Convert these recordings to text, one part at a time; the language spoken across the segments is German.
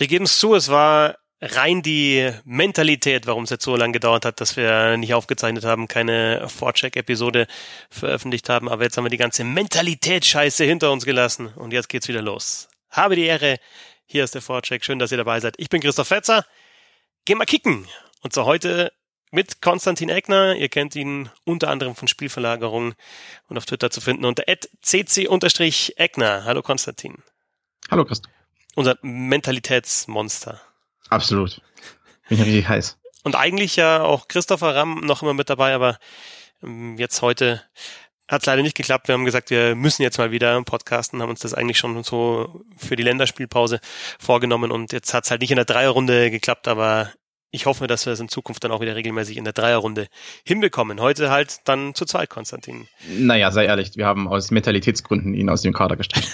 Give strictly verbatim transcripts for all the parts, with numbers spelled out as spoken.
Wir geben es zu, es war rein die Mentalität, warum es jetzt so lange gedauert hat, dass wir nicht aufgezeichnet haben, keine Vorcheck-Episode veröffentlicht haben, aber jetzt haben wir die ganze Mentalität-Scheiße hinter uns gelassen und jetzt geht's wieder los. Habe die Ehre, hier ist der Vorcheck, schön, dass ihr dabei seid. Ich bin Christoph Fetzer, geh mal kicken und so heute mit Konstantin Eckner, ihr kennt ihn unter anderem von Spielverlagerung und auf Twitter zu finden unter at c c eckner. Hallo Konstantin. Hallo Christoph. Unser Mentalitätsmonster. Absolut. Bin ja richtig heiß. Und eigentlich ja auch Christopher Ramm noch immer mit dabei, aber ähm, jetzt heute hat es leider nicht geklappt. Wir haben gesagt, wir müssen jetzt mal wieder podcasten, haben uns das eigentlich schon so für die Länderspielpause vorgenommen und jetzt hat es halt nicht in der Dreierrunde geklappt, aber ich hoffe, dass wir es in Zukunft dann auch wieder regelmäßig in der Dreierrunde hinbekommen. Heute halt dann zu zweit, Konstantin. Naja, sei ehrlich, wir haben aus Mentalitätsgründen ihn aus dem Kader gestrichen.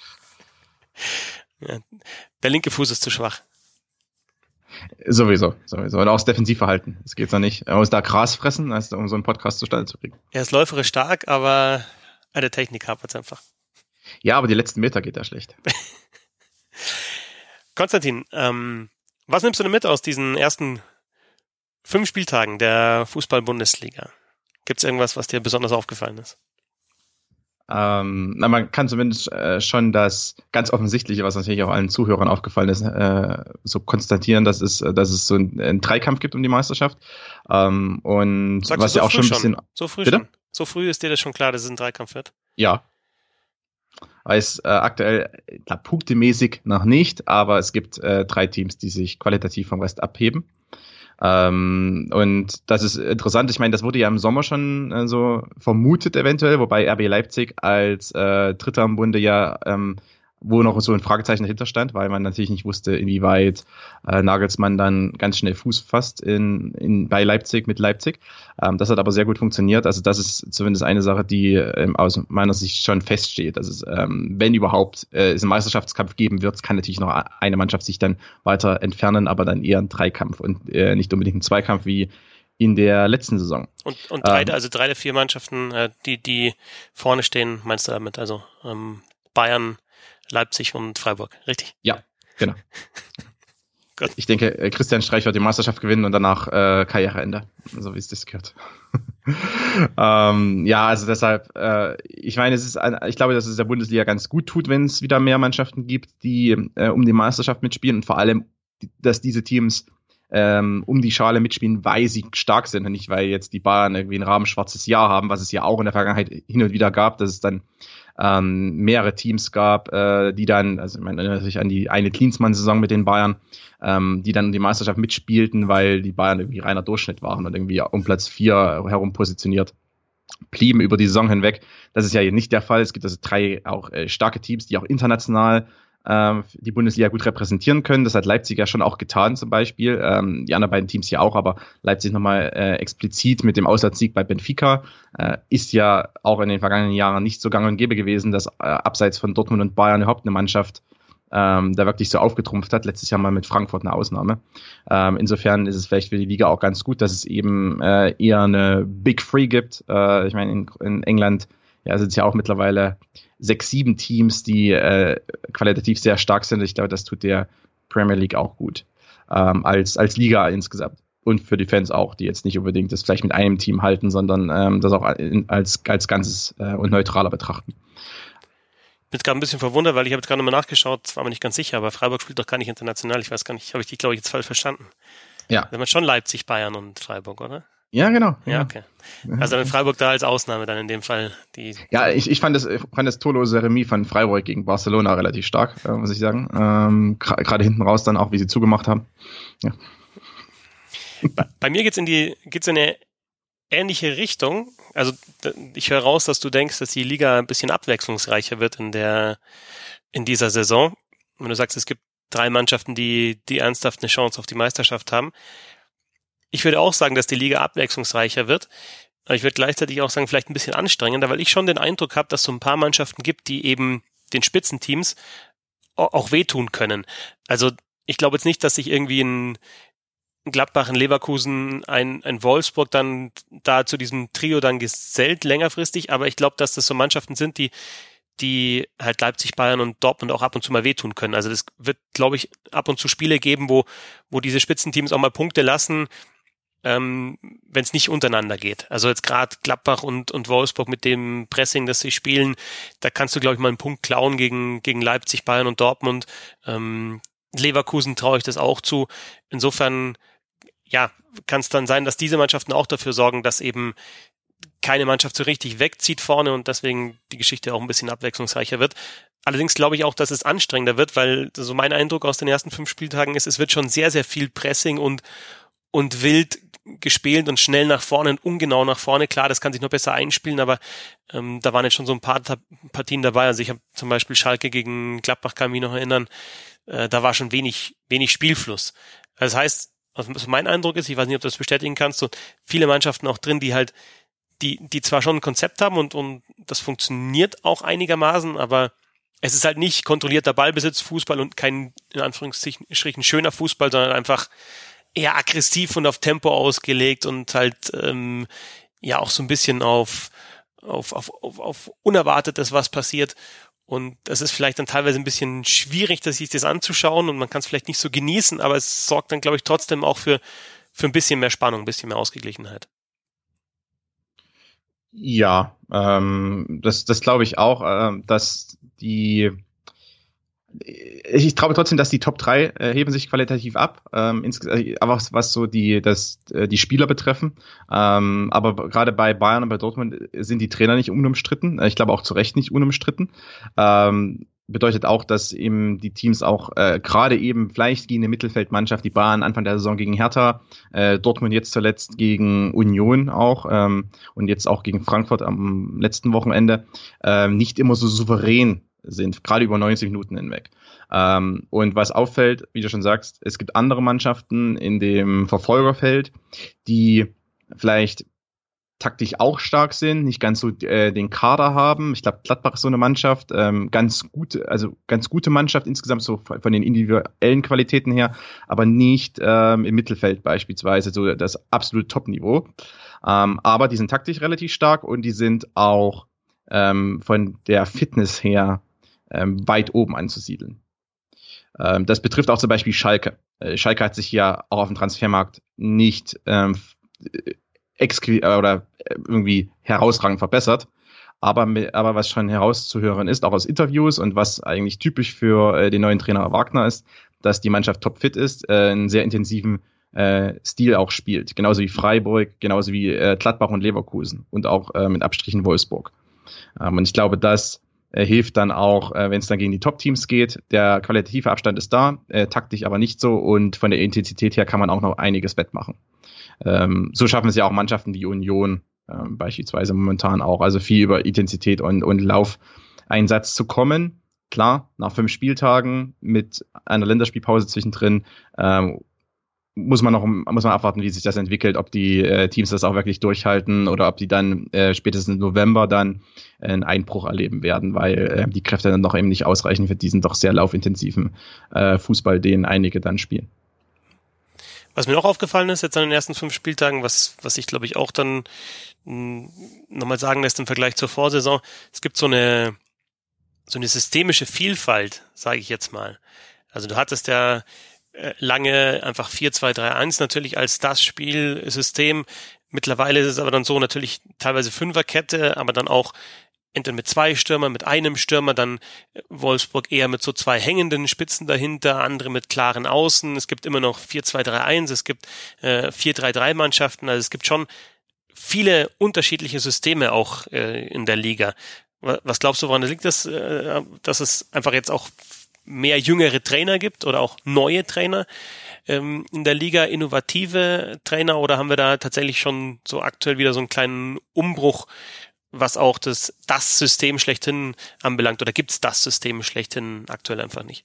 Ja, der linke Fuß ist zu schwach. Sowieso, sowieso. Und auch das Defensivverhalten. Das geht's ja nicht. Er muss da Gras fressen, um so einen Podcast zustande zu kriegen. Er ist läuferisch stark, aber an der Technik hapert es einfach. Ja, aber die letzten Meter geht da schlecht. Konstantin, ähm, was nimmst du denn mit aus diesen ersten fünf Spieltagen der Fußball-Bundesliga? Gibt es irgendwas, was dir besonders aufgefallen ist? Ähm, na, man kann zumindest äh, schon das ganz Offensichtliche, was natürlich auch allen Zuhörern aufgefallen ist, äh, so konstatieren, dass es, dass es so einen, einen Dreikampf gibt um die Meisterschaft. Ähm, und Sagst was du so ja auch früh schon ein bisschen. Schon? So früh Bitte? schon? So früh ist dir das schon klar, dass es ein Dreikampf wird? Ja. Weil es äh, aktuell, klar, punktemäßig noch nicht, aber es gibt äh, drei Teams, die sich qualitativ vom Rest abheben. Ähm, und das ist interessant. Ich meine, das wurde ja im Sommer schon äh, so vermutet eventuell, wobei R B Leipzig als äh, Dritter im Bunde ja ähm, wo noch so ein Fragezeichen dahinter stand, weil man natürlich nicht wusste, inwieweit äh, Nagelsmann dann ganz schnell Fuß fasst in, in, bei Leipzig mit Leipzig. Ähm, das hat aber sehr gut funktioniert. Also das ist zumindest eine Sache, die ähm, aus meiner Sicht schon feststeht. Also es, ähm, wenn überhaupt äh, es einen Meisterschaftskampf geben wird, kann natürlich noch eine Mannschaft sich dann weiter entfernen, aber dann eher ein Dreikampf und äh, nicht unbedingt ein Zweikampf wie in der letzten Saison. Und, und drei, ähm, also drei der vier Mannschaften, äh, die, die vorne stehen, meinst du damit? Also ähm, Bayern, Leipzig und Freiburg, richtig? Ja, genau. Ich denke, Christian Streich wird die Meisterschaft gewinnen und danach äh, Karriereende, so wie es das gehört. ähm, ja, also deshalb, äh, ich meine, es ist, ein, ich glaube, dass es der Bundesliga ganz gut tut, wenn es wieder mehr Mannschaften gibt, die äh, um die Meisterschaft mitspielen und vor allem, dass diese Teams ähm, um die Schale mitspielen, weil sie stark sind und nicht, weil jetzt die Bayern irgendwie ein rabenschwarzes Jahr haben, was es ja auch in der Vergangenheit hin und wieder gab, dass es dann ähm, mehrere Teams gab, äh, die dann, also ich meine natürlich an die eine Klinsmann-Saison mit den Bayern, ähm, die dann die Meisterschaft mitspielten, weil die Bayern irgendwie reiner Durchschnitt waren und irgendwie um Platz vier herum positioniert blieben über die Saison hinweg. Das ist ja hier nicht der Fall. Es gibt also drei auch äh, starke Teams, die auch international ähm, die Bundesliga gut repräsentieren können. Das hat Leipzig ja schon auch getan zum Beispiel. Ähm, die anderen beiden Teams ja auch, aber Leipzig nochmal äh, explizit mit dem Auswärtssieg bei Benfica äh, ist ja auch in den vergangenen Jahren nicht so gang und gäbe gewesen, dass äh, abseits von Dortmund und Bayern überhaupt eine Mannschaft ähm, da wirklich so aufgetrumpft hat. Letztes Jahr mal mit Frankfurt eine Ausnahme. Ähm, insofern ist es vielleicht für die Liga auch ganz gut, dass es eben äh, eher eine Big Three gibt. Äh, ich meine, in, in England ja, sind es ja auch mittlerweile sechs, sieben Teams, die äh, qualitativ sehr stark sind. Ich glaube, das tut der Premier League auch gut. Ähm, als, als Liga insgesamt. Und für die Fans auch, die jetzt nicht unbedingt das vielleicht mit einem Team halten, sondern ähm, das auch als, als Ganzes äh, und neutraler betrachten. Ich bin gerade ein bisschen verwundert, weil ich habe jetzt gerade nochmal nachgeschaut, war mir nicht ganz sicher, aber Freiburg spielt doch gar nicht international. Ich weiß gar nicht, habe ich die, glaube ich, jetzt falsch verstanden. Ja. Da haben wir schon Leipzig, Bayern und Freiburg, oder? Ja, genau. Ja, ja. okay. Also dann Freiburg da als Ausnahme dann in dem Fall. Die ja, ich, ich fand das, fand das torlose Remis von Freiburg gegen Barcelona relativ stark, äh, muss ich sagen. Ähm, Gerade hinten raus dann auch, wie sie zugemacht haben. Ja. Bei, bei mir geht's in die, geht's in eine ähnliche Richtung. Also ich höre raus, dass du denkst, dass die Liga ein bisschen abwechslungsreicher wird in der, in dieser Saison. Wenn du sagst, es gibt drei Mannschaften, die, die ernsthaft eine Chance auf die Meisterschaft haben. Ich würde auch sagen, dass die Liga abwechslungsreicher wird. Aber ich würde gleichzeitig auch sagen, vielleicht ein bisschen anstrengender, weil ich schon den Eindruck habe, dass es so ein paar Mannschaften gibt, die eben den Spitzenteams auch wehtun können. Also ich glaube jetzt nicht, dass sich irgendwie ein Gladbach, ein Leverkusen, ein, ein Wolfsburg dann da zu diesem Trio dann gesellt längerfristig, aber ich glaube, dass das so Mannschaften sind, die die halt Leipzig, Bayern und Dortmund auch ab und zu mal wehtun können. Also das wird, glaube ich, ab und zu Spiele geben, wo, wo diese Spitzenteams auch mal Punkte lassen, ähm, wenn es nicht untereinander geht. Also jetzt gerade Gladbach und, und Wolfsburg mit dem Pressing, das sie spielen, da kannst du, glaube ich, mal einen Punkt klauen gegen, gegen Leipzig, Bayern und Dortmund. Ähm, Leverkusen traue ich das auch zu. Insofern, ja, kann es dann sein, dass diese Mannschaften auch dafür sorgen, dass eben keine Mannschaft so richtig wegzieht vorne und deswegen die Geschichte auch ein bisschen abwechslungsreicher wird. Allerdings glaube ich auch, dass es anstrengender wird, weil so mein Eindruck aus den ersten fünf Spieltagen ist, es wird schon sehr, sehr viel Pressing und, und wild gespielt und schnell nach vorne und ungenau nach vorne. Klar, das kann sich noch besser einspielen, aber ähm, da waren jetzt schon so ein paar Ta- Partien dabei. Also ich habe zum Beispiel Schalke gegen Gladbach, kann mich noch erinnern, äh, da war schon wenig, wenig Spielfluss. Das heißt, also mein Eindruck ist, ich weiß nicht, ob du das bestätigen kannst, so viele Mannschaften auch drin, die halt die, die zwar schon ein Konzept haben und, und das funktioniert auch einigermaßen, aber es ist halt nicht kontrollierter Ballbesitz, Fußball und kein, in Anführungsstrichen, schöner Fußball, sondern einfach eher aggressiv und auf Tempo ausgelegt und halt, ähm, ja, auch so ein bisschen auf, auf, auf, auf, auf Unerwartetes, was passiert. Und das ist vielleicht dann teilweise ein bisschen schwierig, sich das anzuschauen und man kann es vielleicht nicht so genießen, aber es sorgt dann, glaube ich, trotzdem auch für, für ein bisschen mehr Spannung, ein bisschen mehr Ausgeglichenheit. Ja, ähm, das, das glaube ich auch, äh, dass die Ich, ich glaube trotzdem, dass die Top drei äh, heben sich qualitativ ab, ähm, insgesamt, aber was, was so die, das, äh, die Spieler betreffen. Ähm, aber gerade bei Bayern und bei Dortmund sind die Trainer nicht unumstritten. Ich glaube auch zu Recht nicht unumstritten. Ähm, bedeutet auch, dass eben die Teams auch äh, gerade eben vielleicht gegen eine Mittelfeldmannschaft, die Bayern Anfang der Saison gegen Hertha, äh, Dortmund jetzt zuletzt gegen Union auch ähm, und jetzt auch gegen Frankfurt am letzten Wochenende, äh, nicht immer so souverän sind, gerade über neunzig Minuten hinweg. Ähm, und was auffällt, wie du schon sagst, es gibt andere Mannschaften in dem Verfolgerfeld, die vielleicht taktisch auch stark sind, nicht ganz so äh, den Kader haben. Ich glaube, Gladbach ist so eine Mannschaft, ähm, ganz gute, also ganz gute Mannschaft insgesamt so von den individuellen Qualitäten her, aber nicht ähm, im Mittelfeld beispielsweise so das absolute Top-Niveau. Ähm, aber die sind taktisch relativ stark und die sind auch ähm, von der Fitness her ähm, weit oben anzusiedeln. Ähm, das betrifft auch zum Beispiel Schalke. Äh, Schalke hat sich ja auch auf dem Transfermarkt nicht ähm, exklu- oder irgendwie herausragend verbessert. Aber, aber was schon herauszuhören ist, auch aus Interviews und was eigentlich typisch für äh, den neuen Trainer Wagner ist, dass die Mannschaft topfit ist, äh, einen sehr intensiven äh, Stil auch spielt. Genauso wie Freiburg, genauso wie äh, Gladbach und Leverkusen und auch äh, mit Abstrichen Wolfsburg. Ähm, und ich glaube, das äh, hilft dann auch, äh, wenn es dann gegen die Top-Teams geht. Der qualitative Abstand ist da, äh, taktisch aber nicht so und von der Intensität her kann man auch noch einiges wettmachen. Ähm, so schaffen es ja auch Mannschaften wie Union ähm, beispielsweise momentan auch, also viel über Intensität und, und Laufeinsatz zu kommen. Klar, nach fünf Spieltagen mit einer Länderspielpause zwischendrin ähm, muss man noch muss man abwarten, wie sich das entwickelt, ob die äh, Teams das auch wirklich durchhalten oder ob die dann äh, spätestens im November dann äh, einen Einbruch erleben werden, weil äh, die Kräfte dann doch eben nicht ausreichen für diesen doch sehr laufintensiven äh, Fußball, den einige dann spielen. Was mir noch aufgefallen ist, jetzt an den ersten fünf Spieltagen, was, was ich glaube ich auch dann mh, nochmal sagen lässt im Vergleich zur Vorsaison, es gibt so eine, so eine systemische Vielfalt, sage ich jetzt mal. Also du hattest ja äh, lange einfach vier zwei drei eins natürlich als das Spielsystem. Mittlerweile ist es aber dann so natürlich teilweise Fünferkette, aber dann auch entweder mit zwei Stürmern, mit einem Stürmer, dann Wolfsburg eher mit so zwei hängenden Spitzen dahinter, andere mit klaren Außen. Es gibt immer noch vier zwei drei eins, es gibt äh, vier drei drei Mannschaften. Also es gibt schon viele unterschiedliche Systeme auch äh, in der Liga. Was glaubst du, woran liegt das, äh, dass es einfach jetzt auch mehr jüngere Trainer gibt oder auch neue Trainer ähm, in der Liga, innovative Trainer, oder haben wir da tatsächlich schon so aktuell wieder so einen kleinen Umbruch, was auch das, das System schlechthin anbelangt, oder gibt es das System schlechthin aktuell einfach nicht?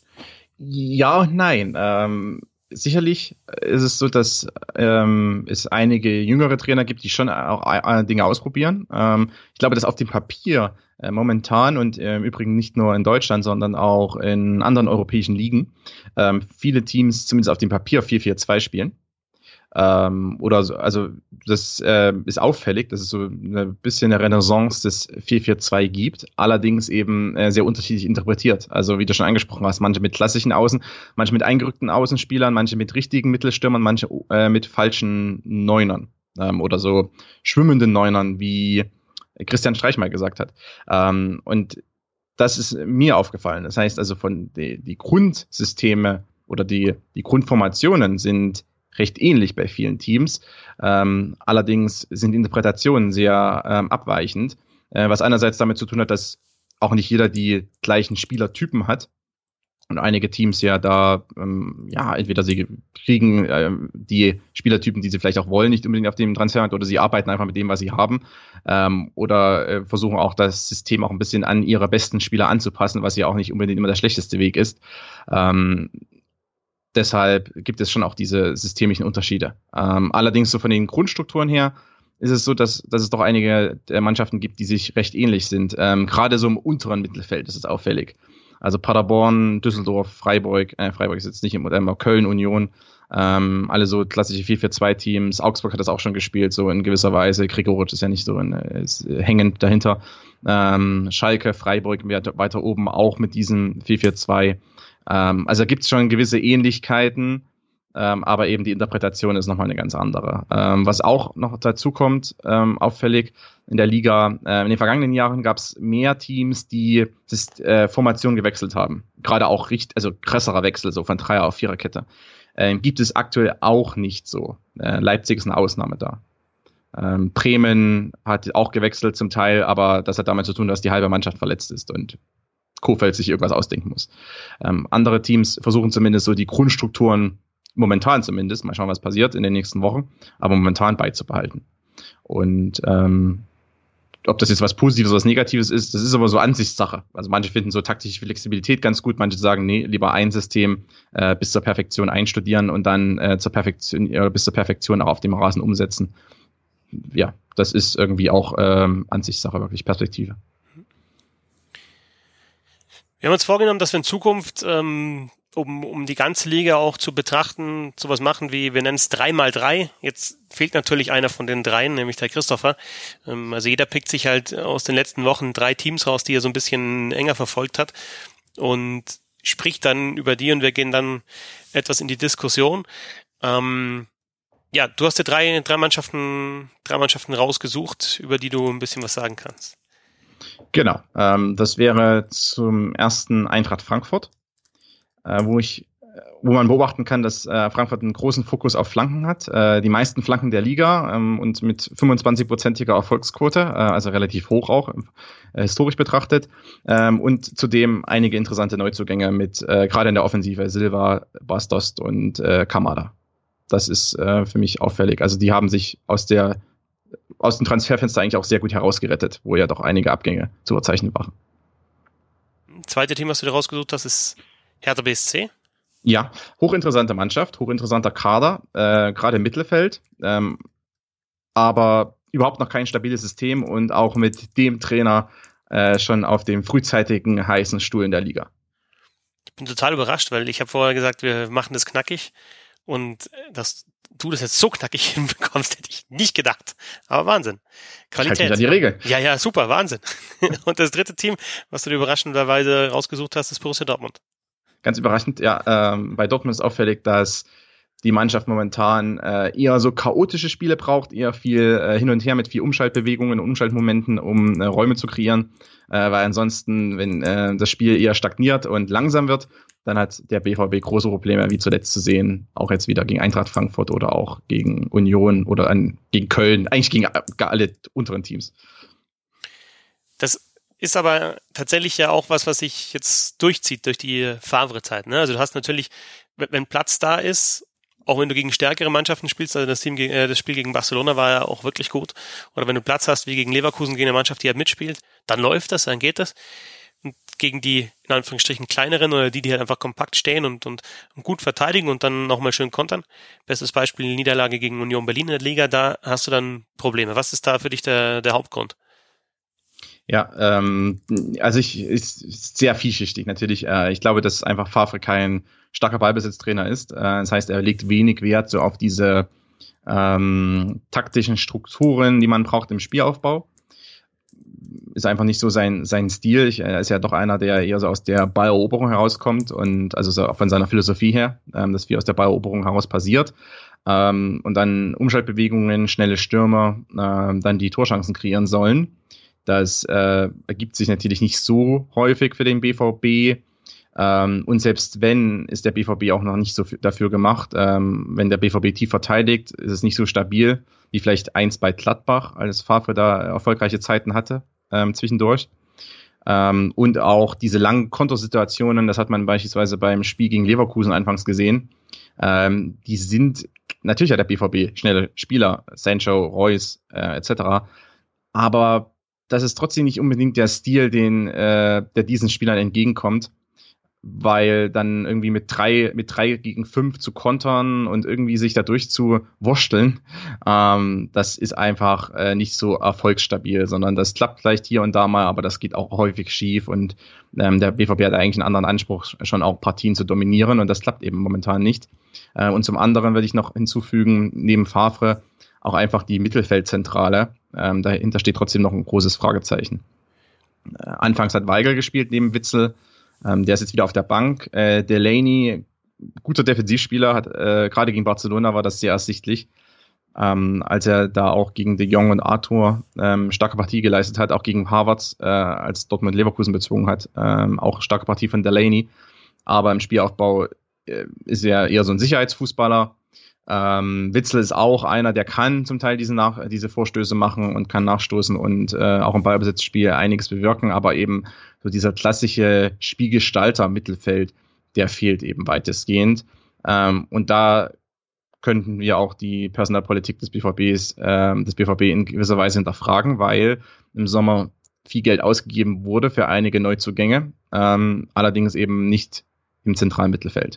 Ja und nein. Ähm, sicherlich ist es so, dass ähm, es einige jüngere Trainer gibt, die schon auch äh, Dinge ausprobieren. Ähm, ich glaube, dass auf dem Papier äh, momentan und äh, im Übrigen nicht nur in Deutschland, sondern auch in anderen europäischen Ligen ähm, viele Teams zumindest auf dem Papier vier vier zwei spielen. Ähm, oder so, also das äh, ist auffällig, dass es so ein bisschen eine Renaissance des vier vier zwei gibt, allerdings eben äh, sehr unterschiedlich interpretiert. Also wie du schon angesprochen hast, manche mit klassischen Außen, manche mit eingerückten Außenspielern, manche mit richtigen Mittelstürmern, manche äh, mit falschen Neunern ähm, oder so schwimmenden Neunern, wie Christian Streich mal gesagt hat. Ähm, und das ist mir aufgefallen. Das heißt also, von die, die Grundsysteme oder die, die Grundformationen sind recht ähnlich bei vielen Teams. Ähm, allerdings sind Interpretationen sehr ähm, abweichend, äh, was einerseits damit zu tun hat, dass auch nicht jeder die gleichen Spielertypen hat. Und einige Teams ja da, ähm, ja, entweder sie kriegen ähm, die Spielertypen, die sie vielleicht auch wollen, nicht unbedingt auf dem Transfermarkt, oder sie arbeiten einfach mit dem, was sie haben, ähm, oder äh, versuchen auch das System auch ein bisschen an ihre besten Spieler anzupassen, was ja auch nicht unbedingt immer der schlechteste Weg ist. Ähm, Deshalb gibt es schon auch diese systemischen Unterschiede. Ähm, allerdings so von den Grundstrukturen her ist es so, dass, dass es doch einige der Mannschaften gibt, die sich recht ähnlich sind. Ähm, gerade so im unteren Mittelfeld ist es auffällig. Also Paderborn, Düsseldorf, Freiburg, äh, Freiburg ist jetzt nicht im Modell, Köln, Union, ähm, alle so klassische vier vier zwei Teams. Augsburg hat das auch schon gespielt, so in gewisser Weise. Gregoritsch ist ja nicht so in, ist hängend dahinter. Ähm, Schalke, Freiburg weiter oben auch mit diesem vier vier zwei. Ähm, also da gibt es schon gewisse Ähnlichkeiten, ähm, aber eben die Interpretation ist nochmal eine ganz andere. Ähm, was auch noch dazu kommt, ähm, auffällig in der Liga, äh, in den vergangenen Jahren gab es mehr Teams, die das äh, Formation gewechselt haben. Gerade auch richtig, also krasserer Wechsel, so von Dreier auf Viererkette. Ähm, gibt es aktuell auch nicht so. Äh, Leipzig ist eine Ausnahme da. Ähm, Bremen hat auch gewechselt zum Teil, aber das hat damit zu tun, dass die halbe Mannschaft verletzt ist und Kofeld sich irgendwas ausdenken muss. Ähm, andere Teams versuchen zumindest so die Grundstrukturen, momentan zumindest, mal schauen, was passiert in den nächsten Wochen, aber momentan beizubehalten. Und ähm, ob das jetzt was Positives oder was Negatives ist, das ist aber so Ansichtssache. Also manche finden so taktische Flexibilität ganz gut, manche sagen, nee, lieber ein System äh, bis zur Perfektion einstudieren und dann äh, zur Perfektion oder bis zur Perfektion auch auf dem Rasen umsetzen. Ja, das ist irgendwie auch ähm, Ansichtssache, wirklich Perspektive. Wir haben uns vorgenommen, dass wir in Zukunft, ähm, um, um die ganze Liga auch zu betrachten, sowas machen wie, wir nennen es drei mal drei. Jetzt fehlt natürlich einer von den dreien, nämlich der Christopher. Ähm, also jeder pickt sich halt aus den letzten Wochen drei Teams raus, die er so ein bisschen enger verfolgt hat und spricht dann über die und wir gehen dann etwas in die Diskussion. Ähm, ja, du hast dir drei, drei Mannschaften, drei Mannschaften rausgesucht, über die du ein bisschen was sagen kannst. Genau, ähm, das wäre zum ersten Eintracht Frankfurt, äh, wo ich, wo man beobachten kann, dass äh, Frankfurt einen großen Fokus auf Flanken hat, äh, die meisten Flanken der Liga ähm, und mit fünfundzwanzig-prozentiger Erfolgsquote, äh, also relativ hoch auch, äh, historisch betrachtet, ähm, und zudem einige interessante Neuzugänge mit, äh, gerade in der Offensive, Silva, Bastos und äh, Kamada. Das ist äh, für mich auffällig. Also die haben sich aus der aus dem Transferfenster eigentlich auch sehr gut herausgerettet, wo ja doch einige Abgänge zu verzeichnen waren. Zweite Team, was du dir rausgesucht hast, ist Hertha B S C. Ja, hochinteressante Mannschaft, hochinteressanter Kader, äh, gerade im Mittelfeld, ähm, aber überhaupt noch kein stabiles System und auch mit dem Trainer äh, schon auf dem frühzeitigen heißen Stuhl in der Liga. Ich bin total überrascht, weil ich habe vorher gesagt, wir machen das knackig und dass du das jetzt so knackig hinbekommst, hätte ich nicht gedacht. Aber Wahnsinn. Qualität. Halt nicht an die Regel. Ja, ja, super, Wahnsinn. Und das dritte Team, was du dir überraschenderweise rausgesucht hast, ist Borussia Dortmund. Ganz überraschend, ja. Ähm, bei Dortmund ist auffällig, dass die Mannschaft momentan äh, eher so chaotische Spiele braucht, eher viel äh, hin und her mit viel Umschaltbewegungen und Umschaltmomenten, um äh, Räume zu kreieren. Äh, weil ansonsten, wenn äh, das Spiel eher stagniert und langsam wird, dann hat der B V B große Probleme, wie zuletzt zu sehen, auch jetzt wieder gegen Eintracht Frankfurt oder auch gegen Union oder an, gegen Köln, eigentlich gegen alle unteren Teams. Das ist aber tatsächlich ja auch was, was sich jetzt durchzieht durch die Favre-Zeit. Ne? Also du hast natürlich, wenn Platz da ist, auch wenn du gegen stärkere Mannschaften spielst, also das Team, äh, das Spiel gegen Barcelona war ja auch wirklich gut, oder wenn du Platz hast wie gegen Leverkusen, gegen eine Mannschaft, die halt mitspielt, dann läuft das, dann geht das. Und gegen die, in Anführungsstrichen, kleineren oder die, die halt einfach kompakt stehen und, und, und gut verteidigen und dann nochmal schön kontern. Bestes Beispiel, Niederlage gegen Union Berlin in der Liga, da hast du dann Probleme. Was ist da für dich der, der Hauptgrund? Ja, ähm, also ich ist, ist sehr vielschichtig natürlich. Äh, ich glaube, dass einfach Favre kein starker Ballbesitztrainer ist. Äh, das heißt, er legt wenig Wert so auf diese ähm, taktischen Strukturen, die man braucht im Spielaufbau. Ist einfach nicht so sein, sein Stil. Ich, er ist ja doch einer, der eher so aus der Balleroberung herauskommt und also so von seiner Philosophie her, ähm, dass viel aus der Balleroberung heraus passiert. Ähm, und dann Umschaltbewegungen, schnelle Stürmer, äh, dann die Torchancen kreieren sollen. Das äh, ergibt sich natürlich nicht so häufig für den B V B. Ähm, und selbst wenn, ist der B V B auch noch nicht so f- dafür gemacht. Ähm, wenn der B V B tief verteidigt, ist es nicht so stabil, wie vielleicht einst bei Gladbach, als Favre da erfolgreiche Zeiten hatte, ähm, zwischendurch. Ähm, und auch diese langen Kontosituationen, das hat man beispielsweise beim Spiel gegen Leverkusen anfangs gesehen, ähm, die sind, natürlich hat der B V B schnelle Spieler, Sancho, Reus, äh, et cetera. Aber das ist trotzdem nicht unbedingt der Stil, den, äh, der diesen Spielern entgegenkommt, weil dann irgendwie mit drei, mit drei gegen fünf zu kontern und irgendwie sich da durchzuwursteln, ähm, das ist einfach äh, nicht so erfolgsstabil, sondern das klappt vielleicht hier und da mal, aber das geht auch häufig schief und ähm, der B V B hat eigentlich einen anderen Anspruch, schon auch Partien zu dominieren und das klappt eben momentan nicht. Äh, und zum anderen würde ich noch hinzufügen, neben Favre auch einfach die Mittelfeldzentrale, ähm, dahinter steht trotzdem noch ein großes Fragezeichen. Äh, anfangs hat Weigl gespielt neben Witsel. Ähm, der ist jetzt wieder auf der Bank. Äh, Delaney, guter Defensivspieler, hat äh, gerade gegen Barcelona war das sehr ersichtlich, ähm, als er da auch gegen De Jong und Arthur ähm, starke Partie geleistet hat, auch gegen Havertz, äh, als Dortmund Leverkusen bezogen hat, ähm, auch starke Partie von Delaney. Aber im Spielaufbau äh, ist er eher so ein Sicherheitsfußballer. Ähm, Witsel ist auch einer, der kann zum Teil diese, Nach- diese Vorstöße machen und kann nachstoßen und äh, auch im Ballbesitzspiel einiges bewirken, aber eben so dieser klassische Spielgestalter im Mittelfeld, der fehlt eben weitestgehend. Ähm, und da könnten wir auch die Personalpolitik des B V Bs, äh, des B V B in gewisser Weise hinterfragen, weil im Sommer viel Geld ausgegeben wurde für einige Neuzugänge, ähm, allerdings eben nicht im zentralen Mittelfeld.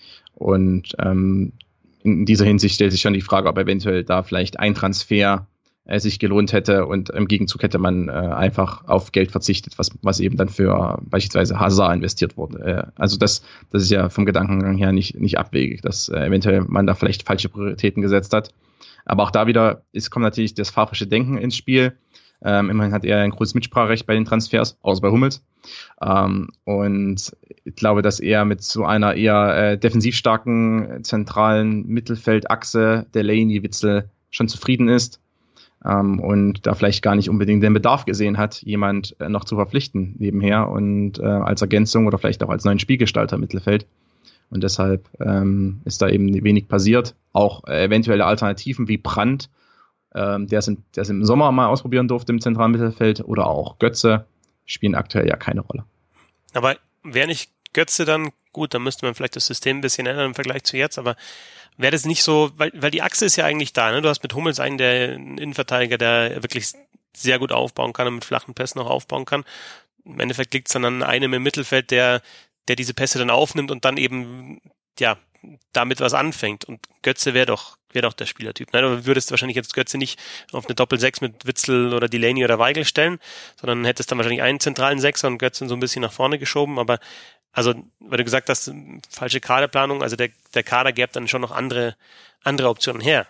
Und ähm, in dieser Hinsicht stellt sich schon die Frage, ob eventuell da vielleicht ein Transfer äh, sich gelohnt hätte und im Gegenzug hätte man äh, einfach auf Geld verzichtet, was, was eben dann für beispielsweise Hazard investiert wurde. Äh, also das, das ist ja vom Gedankengang her nicht, nicht abwegig, dass äh, eventuell man da vielleicht falsche Prioritäten gesetzt hat. Aber auch da wieder ist, kommt natürlich das favrische Denken ins Spiel. Ähm, immerhin hat er ein großes Mitspracherecht bei den Transfers, außer bei Hummels. Ähm, und ich glaube, dass er mit so einer eher äh, defensiv starken zentralen Mittelfeldachse Delaney, Witsel schon zufrieden ist ähm, und da vielleicht gar nicht unbedingt den Bedarf gesehen hat, jemand äh, noch zu verpflichten nebenher und äh, als Ergänzung oder vielleicht auch als neuen Spielgestalter im Mittelfeld. Und deshalb ähm, ist da eben wenig passiert. Auch äh, eventuelle Alternativen wie Brandt, ähm, der es im, der es im Sommer mal ausprobieren durfte im zentralen Mittelfeld, oder auch Götze, spielen aktuell ja keine Rolle. Aber wäre nicht Götze dann gut, dann müsste man vielleicht das System ein bisschen ändern im Vergleich zu jetzt, aber wäre das nicht so, weil, weil die Achse ist ja eigentlich da, ne? Du hast mit Hummels einen, der einen Innenverteidiger, der wirklich sehr gut aufbauen kann und mit flachen Pässen noch aufbauen kann. Im Endeffekt liegt es dann an einem im Mittelfeld, der, der diese Pässe dann aufnimmt und dann eben, ja, damit was anfängt. Und Götze wäre doch, wäre doch der Spielertyp. Ne? Du würdest wahrscheinlich jetzt Götze nicht auf eine Doppel-Sechs mit Witsel oder Delaney oder Weigl stellen, sondern hättest dann wahrscheinlich einen zentralen Sechser und Götze so ein bisschen nach vorne geschoben. Aber, also, weil du gesagt hast, falsche Kaderplanung, also der, der Kader gäbe dann schon noch andere, andere Optionen her.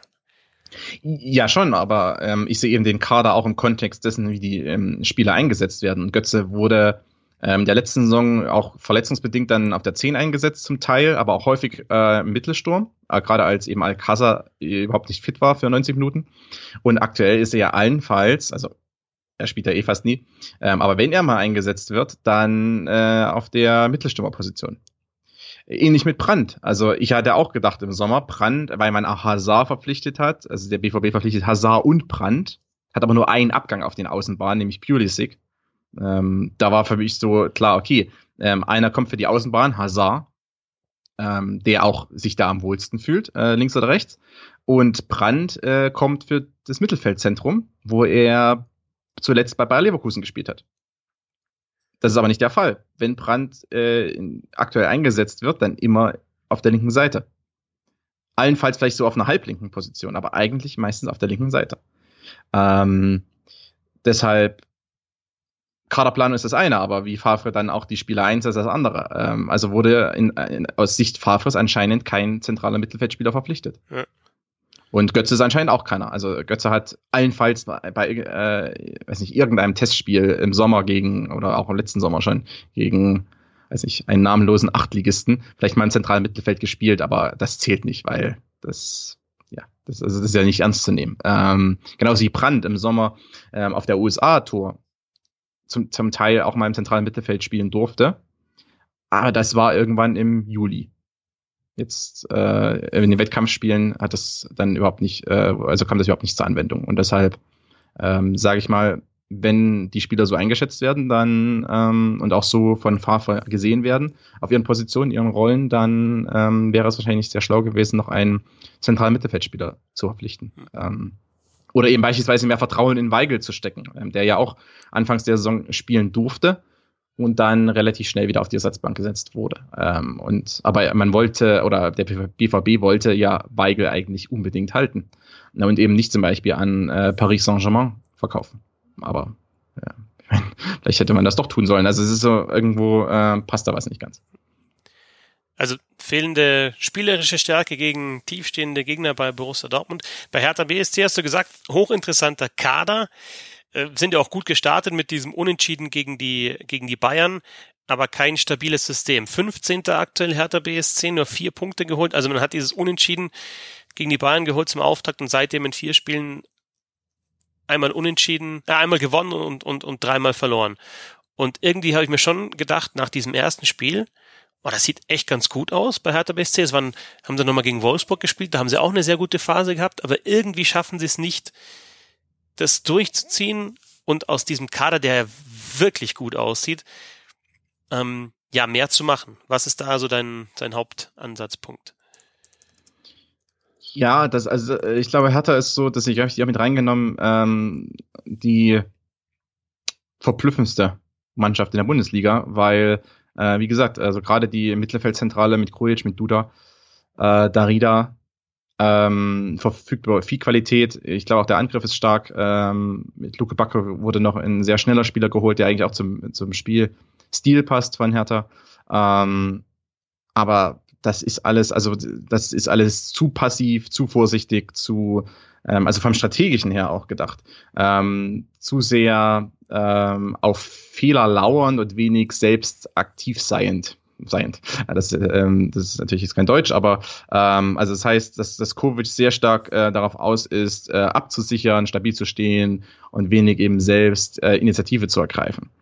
Ja, schon, aber ähm, ich sehe eben den Kader auch im Kontext dessen, wie die ähm, Spieler eingesetzt werden. Und Götze wurde ähm, der letzten Saison auch verletzungsbedingt dann auf der zehn eingesetzt zum Teil, aber auch häufig äh, im Mittelsturm, äh, gerade als eben Alcázar überhaupt nicht fit war für neunzig Minuten. Und aktuell ist er ja allenfalls, also er spielt ja eh fast nie, ähm, aber wenn er mal eingesetzt wird, dann äh, auf der Mittelstürmerposition. Ähnlich mit Brandt. Also ich hatte auch gedacht im Sommer, Brandt, weil man auch Hazard verpflichtet hat, also der B V B verpflichtet Hazard und Brandt, hat aber nur einen Abgang auf den Außenbahnen, nämlich Pulisic. Ähm, da war für mich so klar, okay, ähm, einer kommt für die Außenbahn, Hazard, ähm, der auch sich da am wohlsten fühlt, äh, links oder rechts, und Brandt äh, kommt für das Mittelfeldzentrum, wo er zuletzt bei Bayer Leverkusen gespielt hat. Das ist aber nicht der Fall. Wenn Brandt äh, aktuell eingesetzt wird, dann immer auf der linken Seite. Allenfalls vielleicht so auf einer halblinken Position, aber eigentlich meistens auf der linken Seite. Ähm, deshalb, Kaderplanung ist das eine, aber wie Favre dann auch die Spieler einsetzt, ist das andere. Ähm, also wurde in, in, aus Sicht Favres anscheinend kein zentraler Mittelfeldspieler verpflichtet. Ja. Und Götze ist anscheinend auch keiner. Also Götze hat allenfalls bei, bei äh, weiß nicht, irgendeinem Testspiel im Sommer gegen, oder auch im letzten Sommer schon, gegen, weiß nicht, einen namenlosen Achtligisten, vielleicht mal im zentralen Mittelfeld gespielt, aber das zählt nicht, weil das, ja, das, also das ist ja nicht ernst zu nehmen. Ähm, genauso wie Brandt im Sommer ähm, auf der U S A-Tour zum, zum Teil auch mal im zentralen Mittelfeld spielen durfte. Aber das war irgendwann im Juli. Jetzt äh, in den Wettkampfspielen hat das dann überhaupt nicht, äh, also kam das überhaupt nicht zur Anwendung. Und deshalb ähm, sage ich mal, wenn die Spieler so eingeschätzt werden, dann ähm, und auch so von Favre gesehen werden auf ihren Positionen, ihren Rollen, dann ähm, wäre es wahrscheinlich sehr schlau gewesen, noch einen zentralen Mittelfeldspieler zu verpflichten. Ähm, oder eben beispielsweise mehr Vertrauen in Weigl zu stecken, ähm, der ja auch anfangs der Saison spielen durfte und dann relativ schnell wieder auf die Ersatzbank gesetzt wurde. Ähm, und aber man wollte, oder der B V B wollte ja Weigl eigentlich unbedingt halten. Und eben nicht zum Beispiel an äh, Paris Saint-Germain verkaufen. Aber ja, vielleicht hätte man das doch tun sollen. Also es ist so, irgendwo äh, passt da was nicht ganz. Also fehlende spielerische Stärke gegen tiefstehende Gegner bei Borussia Dortmund. Bei Hertha B S C hast du gesagt, hochinteressanter Kader. Sind ja auch gut gestartet mit diesem Unentschieden gegen die, gegen die Bayern, aber kein stabiles System. fünfzehnter aktuell Hertha B S C, nur vier Punkte geholt. Also man hat dieses Unentschieden gegen die Bayern geholt zum Auftakt und seitdem in vier Spielen einmal unentschieden, äh, einmal gewonnen und, und, und dreimal verloren. Und irgendwie habe ich mir schon gedacht, nach diesem ersten Spiel, oh, das sieht echt ganz gut aus bei Hertha B S C. Es waren, haben sie nochmal gegen Wolfsburg gespielt, da haben sie auch eine sehr gute Phase gehabt, aber irgendwie schaffen sie es nicht, das durchzuziehen und aus diesem Kader, der wirklich gut aussieht, ähm, ja, mehr zu machen. Was ist da also dein, dein Hauptansatzpunkt? Ja, das, also ich glaube, Hertha ist so, dass ich habe ich mit reingenommen, ähm, die verblüffendste Mannschaft in der Bundesliga, weil, äh, wie gesagt, also gerade die Mittelfeldzentrale mit Krujic, mit Duda, äh, Darida, Ähm, verfügt über viel Qualität. Ich glaube auch der Angriff ist stark. Ähm, mit Luke Backe wurde noch ein sehr schneller Spieler geholt, der eigentlich auch zum, zum Spielstil passt von Hertha. Ähm, aber das ist alles, also das ist alles zu passiv, zu vorsichtig, zu, ähm, also vom Strategischen her auch gedacht. Ähm, zu sehr ähm, auf Fehler lauernd und wenig selbst aktiv seiend. Seiend. Das, ähm, das ist natürlich jetzt kein Deutsch, aber ähm, also das heißt, dass, dass Kovic sehr stark äh, darauf aus ist, äh, abzusichern, stabil zu stehen und wenig eben selbst äh, Initiative zu ergreifen.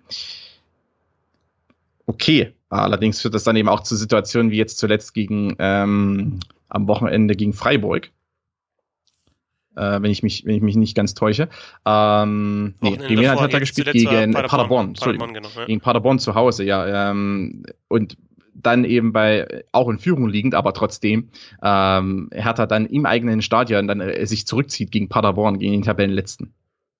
Okay, allerdings führt das dann eben auch zu Situationen wie jetzt zuletzt gegen ähm, am Wochenende gegen Freiburg. Äh, wenn ich mich, wenn ich mich nicht ganz täusche. Ähm, nee, gegen wen hat er gespielt? Gegen Paderborn, Paderborn, Entschuldigung. Paderborn, genau, ja. Gegen Paderborn zu Hause, ja. Ähm, und dann eben bei, auch in Führung liegend, aber trotzdem, ähm, Hertha dann im eigenen Stadion dann äh, sich zurückzieht gegen Paderborn, gegen den Tabellenletzten.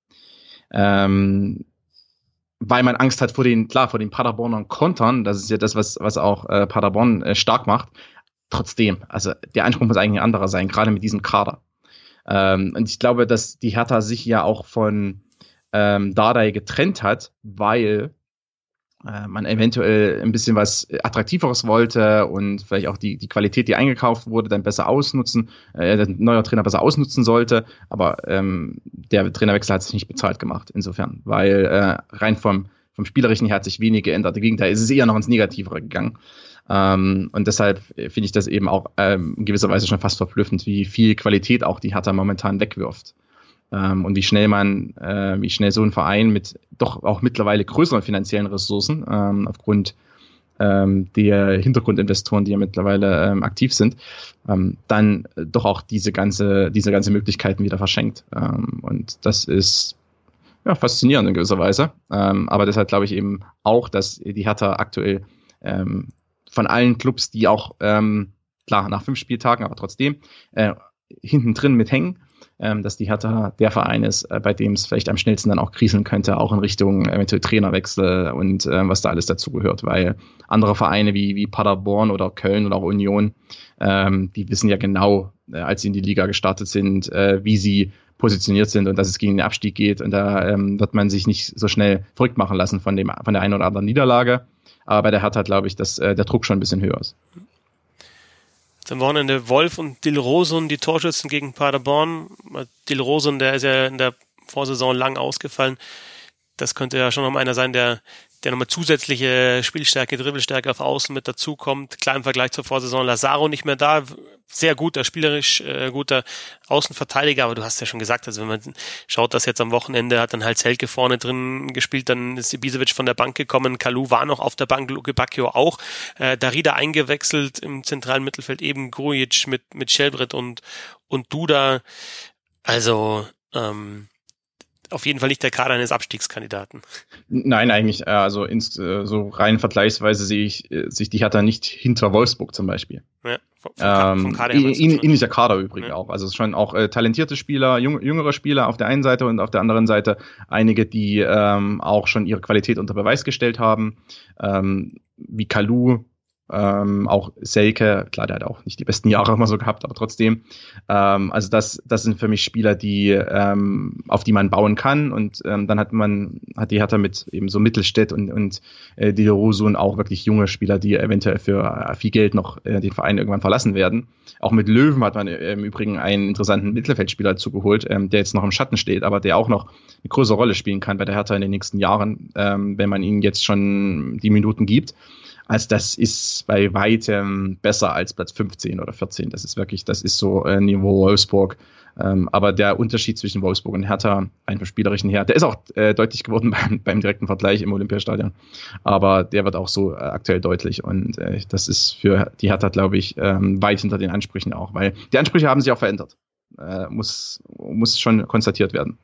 Ähm, weil man Angst hat vor den, klar, vor den Paderbornern Kontern, das ist ja das, was, was auch äh, Paderborn äh, stark macht. Trotzdem, also der Anspruch muss eigentlich ein anderer sein, gerade mit diesem Kader. Ähm, und ich glaube, dass die Hertha sich ja auch von ähm, Dardai getrennt hat, weil äh, man eventuell ein bisschen was Attraktiveres wollte und vielleicht auch die, die Qualität, die eingekauft wurde, dann besser ausnutzen, äh, der neue Trainer besser ausnutzen sollte. Aber ähm, der Trainerwechsel hat sich nicht bezahlt gemacht, insofern, weil äh, rein vom, vom Spielerischen her hat sich wenig geändert. Im Gegenteil, es ist eher noch ins Negativere gegangen. Ähm, und deshalb finde ich das eben auch ähm, in gewisser Weise schon fast verblüffend, wie viel Qualität auch die Hertha momentan wegwirft. Ähm, und wie schnell man, äh, wie schnell so ein Verein mit doch auch mittlerweile größeren finanziellen Ressourcen, ähm, aufgrund ähm, der Hintergrundinvestoren, die ja mittlerweile ähm, aktiv sind, ähm, dann doch auch diese ganze, diese ganze Möglichkeiten wieder verschenkt. Ähm, und das ist ja faszinierend in gewisser Weise. Ähm, aber deshalb glaube ich eben auch, dass die Hertha aktuell ähm, von allen Clubs, die auch, ähm, klar, nach fünf Spieltagen, aber trotzdem, äh, hinten drin mithängen, ähm, dass die Hertha der Verein ist, äh, bei dem es vielleicht am schnellsten dann auch kriseln könnte, auch in Richtung eventuell Trainerwechsel und äh, was da alles dazugehört, weil andere Vereine wie, wie Paderborn oder Köln oder auch Union, ähm, die wissen ja genau, äh, als sie in die Liga gestartet sind, äh, wie sie positioniert sind und dass es gegen den Abstieg geht, und da ähm, wird man sich nicht so schnell verrückt machen lassen von dem von der einen oder anderen Niederlage. Aber bei der Hertha glaube ich, dass äh, der Druck schon ein bisschen höher ist. Am Wochenende Wolf und Dilrosun, die Torschützen gegen Paderborn. Dilrosun, der ist ja in der Vorsaison lang ausgefallen. Das könnte ja schon noch einer sein, der der nochmal zusätzliche Spielstärke, Dribbelstärke auf Außen mit dazukommt. Klar im Vergleich zur Vorsaison Lazaro nicht mehr da. Sehr guter, spielerisch äh, guter Außenverteidiger, aber du hast ja schon gesagt, also wenn man schaut, dass jetzt am Wochenende hat dann halt Selke vorne drin gespielt, dann ist Ibisevic von der Bank gekommen, Kalou war noch auf der Bank, Luke Bacchio auch, äh, Darida eingewechselt im zentralen Mittelfeld, eben Grujic mit mit Shelbrett und und Duda. Also ähm, auf jeden Fall nicht der Kader eines Abstiegskandidaten. Nein, eigentlich, also ins, so rein vergleichsweise sehe ich sich die Hertha nicht hinter Wolfsburg zum Beispiel. Ja, vom, vom, vom Kader her ähm, ähnlicher Kader übrigens ja. auch. Also es ist schon auch äh, talentierte Spieler, jung, jüngere Spieler auf der einen Seite und auf der anderen Seite einige, die ähm, auch schon ihre Qualität unter Beweis gestellt haben, ähm, wie Kalou. Ähm, auch Selke, klar, der hat auch nicht die besten Jahre immer so gehabt, aber trotzdem. Ähm, also das, das sind für mich Spieler, die ähm, auf die man bauen kann und ähm, dann hat man hat die Hertha mit eben so Mittelstädt und und äh, Dilrosun auch wirklich junge Spieler, die eventuell für äh, viel Geld noch äh, den Verein irgendwann verlassen werden. Auch mit Löwen hat man äh, im Übrigen einen interessanten Mittelfeldspieler zugeholt, ähm, der jetzt noch im Schatten steht, aber der auch noch eine größere Rolle spielen kann bei der Hertha in den nächsten Jahren, ähm, wenn man ihnen jetzt schon die Minuten gibt. Also das ist bei weitem besser als Platz fünfzehn oder vierzehn. Das ist wirklich, das ist so äh, Niveau Wolfsburg. Ähm, aber der Unterschied zwischen Wolfsburg und Hertha, einfach spielerischen her, der ist auch äh, deutlich geworden beim, beim direkten Vergleich im Olympiastadion. Aber der wird auch so äh, aktuell deutlich. Und äh, das ist für die Hertha, glaube ich, ähm, weit hinter den Ansprüchen auch. Weil die Ansprüche haben sich auch verändert. Äh, muss, muss schon konstatiert werden.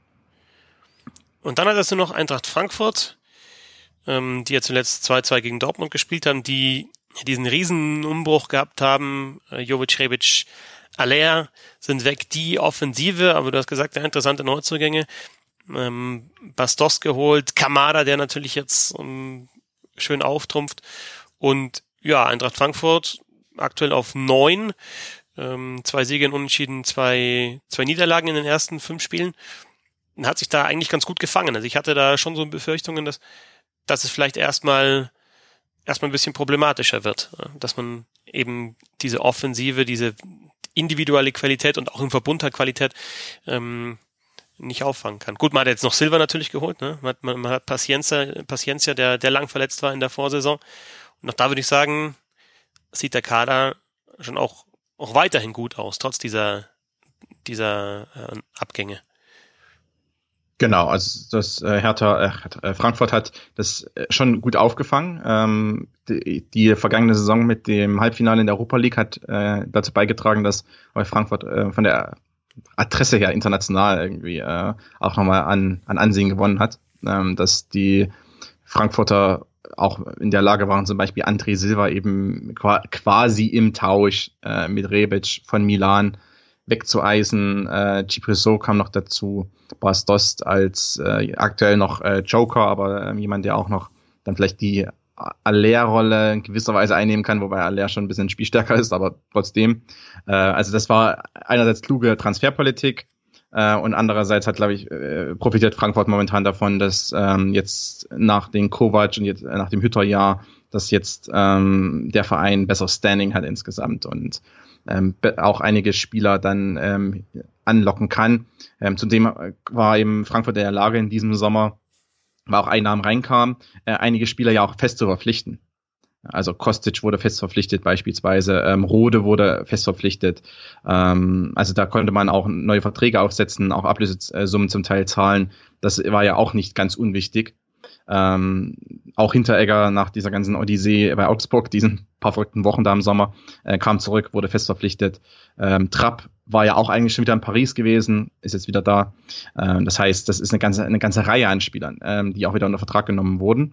Und dann hattest du noch Eintracht Frankfurt, die ja zuletzt zwei zwei gegen Dortmund gespielt haben, die diesen riesen Umbruch gehabt haben. Jovic, Rebic, Aller sind weg, die Offensive, aber du hast gesagt, ja, interessante Neuzugänge. Ähm, Bastos geholt, Kamada, der natürlich jetzt um, schön auftrumpft. Und ja, Eintracht Frankfurt aktuell auf neun, ähm, zwei Siege in Unentschieden, zwei, zwei Niederlagen in den ersten fünf Spielen. Und hat sich da eigentlich ganz gut gefangen. Also ich hatte da schon so Befürchtungen, dass dass es vielleicht erstmal erstmal ein bisschen problematischer wird, dass man eben diese Offensive, diese individuelle Qualität und auch im Verbund der Qualität ähm, nicht auffangen kann. Gut, man hat jetzt noch Silva natürlich geholt, ne? Man hat, man, man hat Paciencia, Paciencia, der der lang verletzt war in der Vorsaison. Und auch da würde ich sagen, sieht der Kader schon auch auch weiterhin gut aus, trotz dieser dieser äh, Abgänge. Genau, also das äh, Hertha, äh, Frankfurt hat das schon gut aufgefangen. Ähm, die, die vergangene Saison mit dem Halbfinale in der Europa League hat äh, dazu beigetragen, dass Frankfurt äh, von der Adresse her international irgendwie äh, auch nochmal an, an Ansehen gewonnen hat. Ähm, dass die Frankfurter auch in der Lage waren, zum Beispiel André Silva eben quasi im Tausch äh, mit Rebic von Milan wegzueisen. Äh, Cipriso kam noch dazu, Bastos als äh, aktuell noch äh, Joker, aber äh, jemand, der auch noch dann vielleicht die Aller-Rolle in gewisser Weise einnehmen kann, wobei Aller schon ein bisschen spielstärker ist, aber trotzdem. Äh, also das war einerseits kluge Transferpolitik äh, und andererseits hat, glaube ich, äh, profitiert Frankfurt momentan davon, dass ähm, jetzt nach den Kovac und jetzt äh, nach dem Hütter-Jahr, dass jetzt ähm, der Verein besser Standing hat insgesamt und Ähm, auch einige Spieler dann ähm, anlocken kann. Ähm, zudem war eben Frankfurt in der Lage in diesem Sommer, war auch Einnahmen reinkamen, äh, einige Spieler ja auch fest zu verpflichten. Also Kostic wurde fest verpflichtet beispielsweise, ähm, Rode wurde fest verpflichtet. Ähm, also da konnte man auch neue Verträge aufsetzen, auch Ablösesummen zum Teil zahlen. Das war ja auch nicht ganz unwichtig. Ähm, auch Hinteregger nach dieser ganzen Odyssee bei Augsburg, diesen paar verrückten Wochen da im Sommer, äh, kam zurück, wurde fest verpflichtet. Ähm, Trapp war ja auch eigentlich schon wieder in Paris gewesen, ist jetzt wieder da. Ähm, das heißt, das ist eine ganze, eine ganze Reihe an Spielern, ähm, die auch wieder unter Vertrag genommen wurden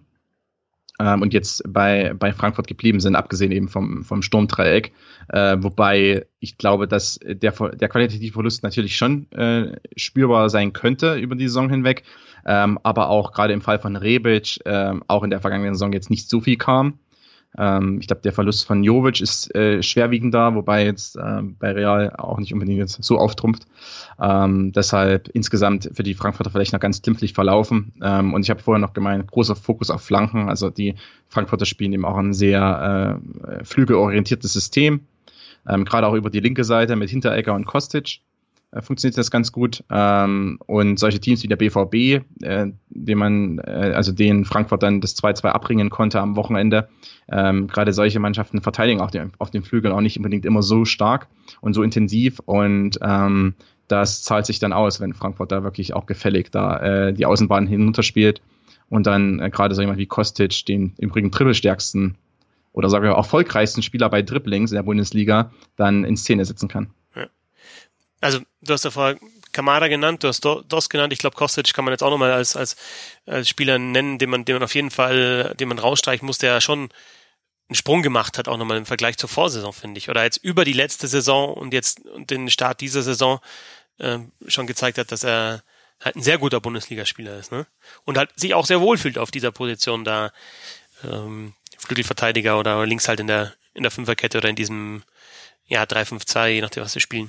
ähm, und jetzt bei, bei Frankfurt geblieben sind, abgesehen eben vom, vom Sturmdreieck. Äh, wobei ich glaube, dass der, der qualitative Verlust natürlich schon äh, spürbar sein könnte über die Saison hinweg. Ähm, aber auch gerade im Fall von Rebic ähm, auch in der vergangenen Saison jetzt nicht so viel kam. Ähm, ich glaube, der Verlust von Jovic ist äh, schwerwiegender, wobei jetzt äh, bei Real auch nicht unbedingt jetzt so auftrumpft. Ähm, deshalb insgesamt für die Frankfurter vielleicht noch ganz glimpflich verlaufen. Ähm, und ich habe vorher noch gemeint, großer Fokus auf Flanken. Also die Frankfurter spielen eben auch ein sehr äh, flügelorientiertes System. Ähm, gerade auch über die linke Seite mit Hinteregger und Kostic äh, funktioniert das ganz gut. Ähm, und solche Teams wie der B V B, äh, den man, äh, also den Frankfurt dann das zwei zwei abringen konnte am Wochenende, ähm, gerade solche Mannschaften verteidigen auch den, auf den Flügeln auch nicht unbedingt immer so stark und so intensiv. Und ähm, das zahlt sich dann aus, wenn Frankfurt da wirklich auch gefällig da äh, die Außenbahn hinunterspielt und dann äh, gerade so jemand wie Kostic, den im Übrigen dribbelstärksten oder sagen wir erfolgreichsten Spieler bei Dribblings in der Bundesliga, dann in Szene setzen kann. Ja. Also du hast ja vorher Kamada genannt, du hast Dost genannt, ich glaube Kostic kann man jetzt auch nochmal als, als, als Spieler nennen, den man, den man auf jeden Fall, den man rausstreichen muss, der ja schon einen Sprung gemacht hat, auch nochmal im Vergleich zur Vorsaison, finde ich. Oder jetzt über die letzte Saison und jetzt und den Start dieser Saison äh, schon gezeigt hat, dass er halt ein sehr guter Bundesligaspieler ist, ne? Und halt sich auch sehr wohlfühlt auf dieser Position da, ähm, Flügelverteidiger oder links halt in der in der Fünferkette oder in diesem ja drei fünf zwei, je nachdem, was sie spielen.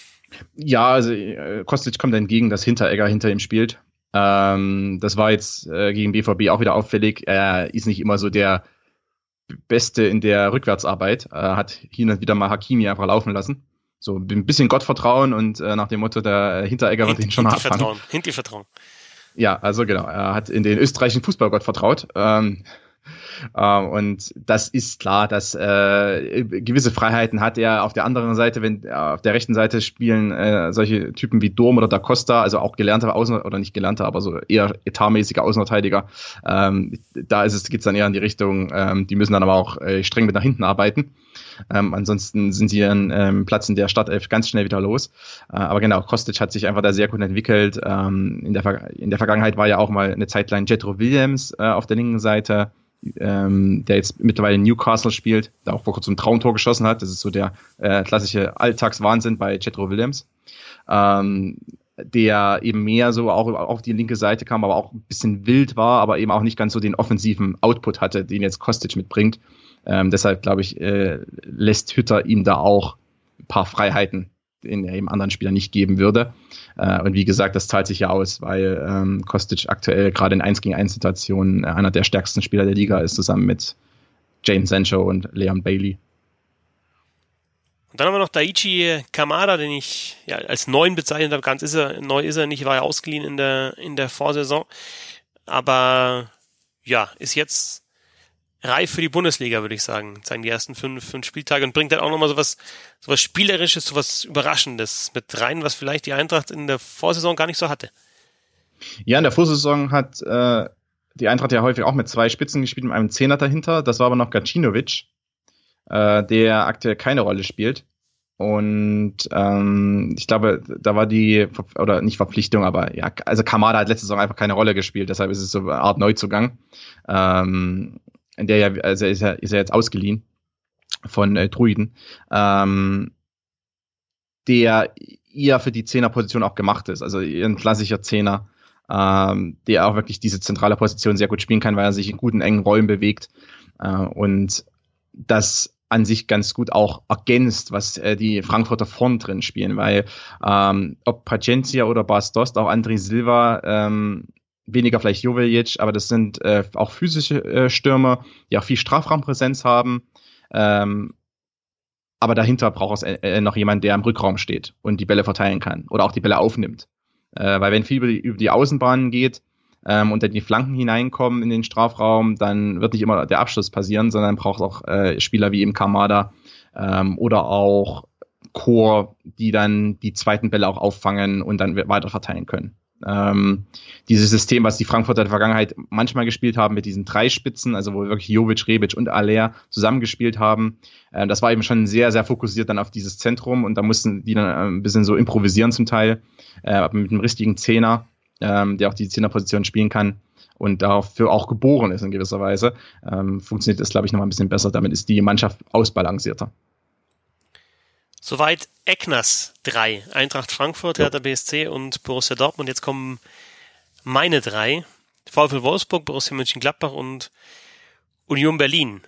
Ja, also äh, Kostic kommt entgegen, dass Hinteregger hinter ihm spielt. Ähm, das war jetzt äh, gegen B V B auch wieder auffällig. Er ist nicht immer so der Beste in der Rückwärtsarbeit. Er hat hin und wieder mal Hakimi einfach laufen lassen. So ein bisschen Gottvertrauen und äh, nach dem Motto, der Hinteregger wird ihn schon mal abfangen. Hinti-Vertrauen. Ja, also genau. Er hat in den österreichischen Fußballgott vertraut. Ähm, Uh, und das ist klar, dass äh, gewisse Freiheiten hat er. Auf der anderen Seite, wenn äh, auf der rechten Seite spielen äh, solche Typen wie Durm oder Da Costa, also auch gelernte Außen- oder nicht gelernte, aber so eher etatmäßige Außenverteidiger. Ähm, da ist es geht's dann eher in die Richtung, ähm, die müssen dann aber auch äh, streng mit nach hinten arbeiten. Ähm, ansonsten sind sie ihren ähm, Platz in der Startelf ganz schnell wieder los. Äh, aber genau, Kostic hat sich einfach da sehr gut entwickelt. Ähm, in, der Ver- in der Vergangenheit war ja auch mal eine Zeit lang Jetro Williams äh, auf der linken Seite, Ähm, der jetzt mittlerweile in Newcastle spielt, der auch vor kurzem ein Traumtor geschossen hat. Das ist so der äh, klassische Alltagswahnsinn bei Jetro Williams, ähm, der eben mehr so auch auf die linke Seite kam, aber auch ein bisschen wild war, aber eben auch nicht ganz so den offensiven Output hatte, den jetzt Kostic mitbringt. Ähm, deshalb, glaube ich, äh, lässt Hütter ihm da auch ein paar Freiheiten, den er eben anderen Spielern nicht geben würde. Äh, und wie gesagt, das zahlt sich ja aus, weil ähm, Kostic aktuell gerade in eins gegen eins Situationen äh, einer der stärksten Spieler der Liga ist, zusammen mit Jadon Sancho und Leon Bailey. Und dann haben wir noch Daichi Kamada, den ich ja als neuen bezeichnet habe. Ganz ist er, neu ist er nicht, war ja ausgeliehen in der, in der Vorsaison. Aber ja, ist jetzt reif für die Bundesliga, würde ich sagen. Zeigen die ersten fünf, fünf Spieltage und bringt dann auch nochmal sowas, sowas Spielerisches, sowas Überraschendes mit rein, was vielleicht die Eintracht in der Vorsaison gar nicht so hatte. Ja, in der Vorsaison hat äh, die Eintracht ja häufig auch mit zwei Spitzen gespielt, mit einem Zehner dahinter. Das war aber noch Gacinovic, äh, der aktuell keine Rolle spielt. Und ähm, ich glaube, da war die, oder nicht Verpflichtung, aber ja, also Kamada hat letzte Saison einfach keine Rolle gespielt, deshalb ist es so eine Art Neuzugang. Ähm, in der ja, also ist er, ist er jetzt ausgeliehen von äh, Druiden, ähm, der eher für die Zehnerposition auch gemacht ist, also ein klassischer Zehner, ähm, der auch wirklich diese zentrale Position sehr gut spielen kann, weil er sich in guten, engen Räumen bewegt äh, und das an sich ganz gut auch ergänzt, was äh, die Frankfurter vorn drin spielen, weil ähm, ob Paciencia oder Bas Dost, auch André Silva, ähm, weniger vielleicht Joveljic, aber das sind äh, auch physische äh, Stürmer, die auch viel Strafraumpräsenz haben, ähm, aber dahinter braucht es äh, noch jemand, der im Rückraum steht und die Bälle verteilen kann oder auch die Bälle aufnimmt, äh, weil wenn viel über die, über die Außenbahnen geht, Ähm, und dann die Flanken hineinkommen in den Strafraum, dann wird nicht immer der Abschluss passieren, sondern braucht auch äh, Spieler wie eben Kamada ähm, oder auch Chor, die dann die zweiten Bälle auch auffangen und dann weiter verteilen können. Ähm, dieses System, was die Frankfurter in der Vergangenheit manchmal gespielt haben mit diesen drei Spitzen, also wo wirklich Jovic, Rebic und Aller zusammengespielt haben, äh, das war eben schon sehr, sehr fokussiert dann auf dieses Zentrum und da mussten die dann ein bisschen so improvisieren zum Teil, äh, mit einem richtigen Zehner, Ähm, der auch die Zehnerposition spielen kann und dafür auch geboren ist in gewisser Weise, ähm, funktioniert das, glaube ich, nochmal ein bisschen besser. Damit ist die Mannschaft ausbalancierter. Soweit Eckners drei. Eintracht Frankfurt, Hertha B S C und Borussia Dortmund. Jetzt kommen meine drei. VfL Wolfsburg, Borussia Mönchengladbach und Union Berlin.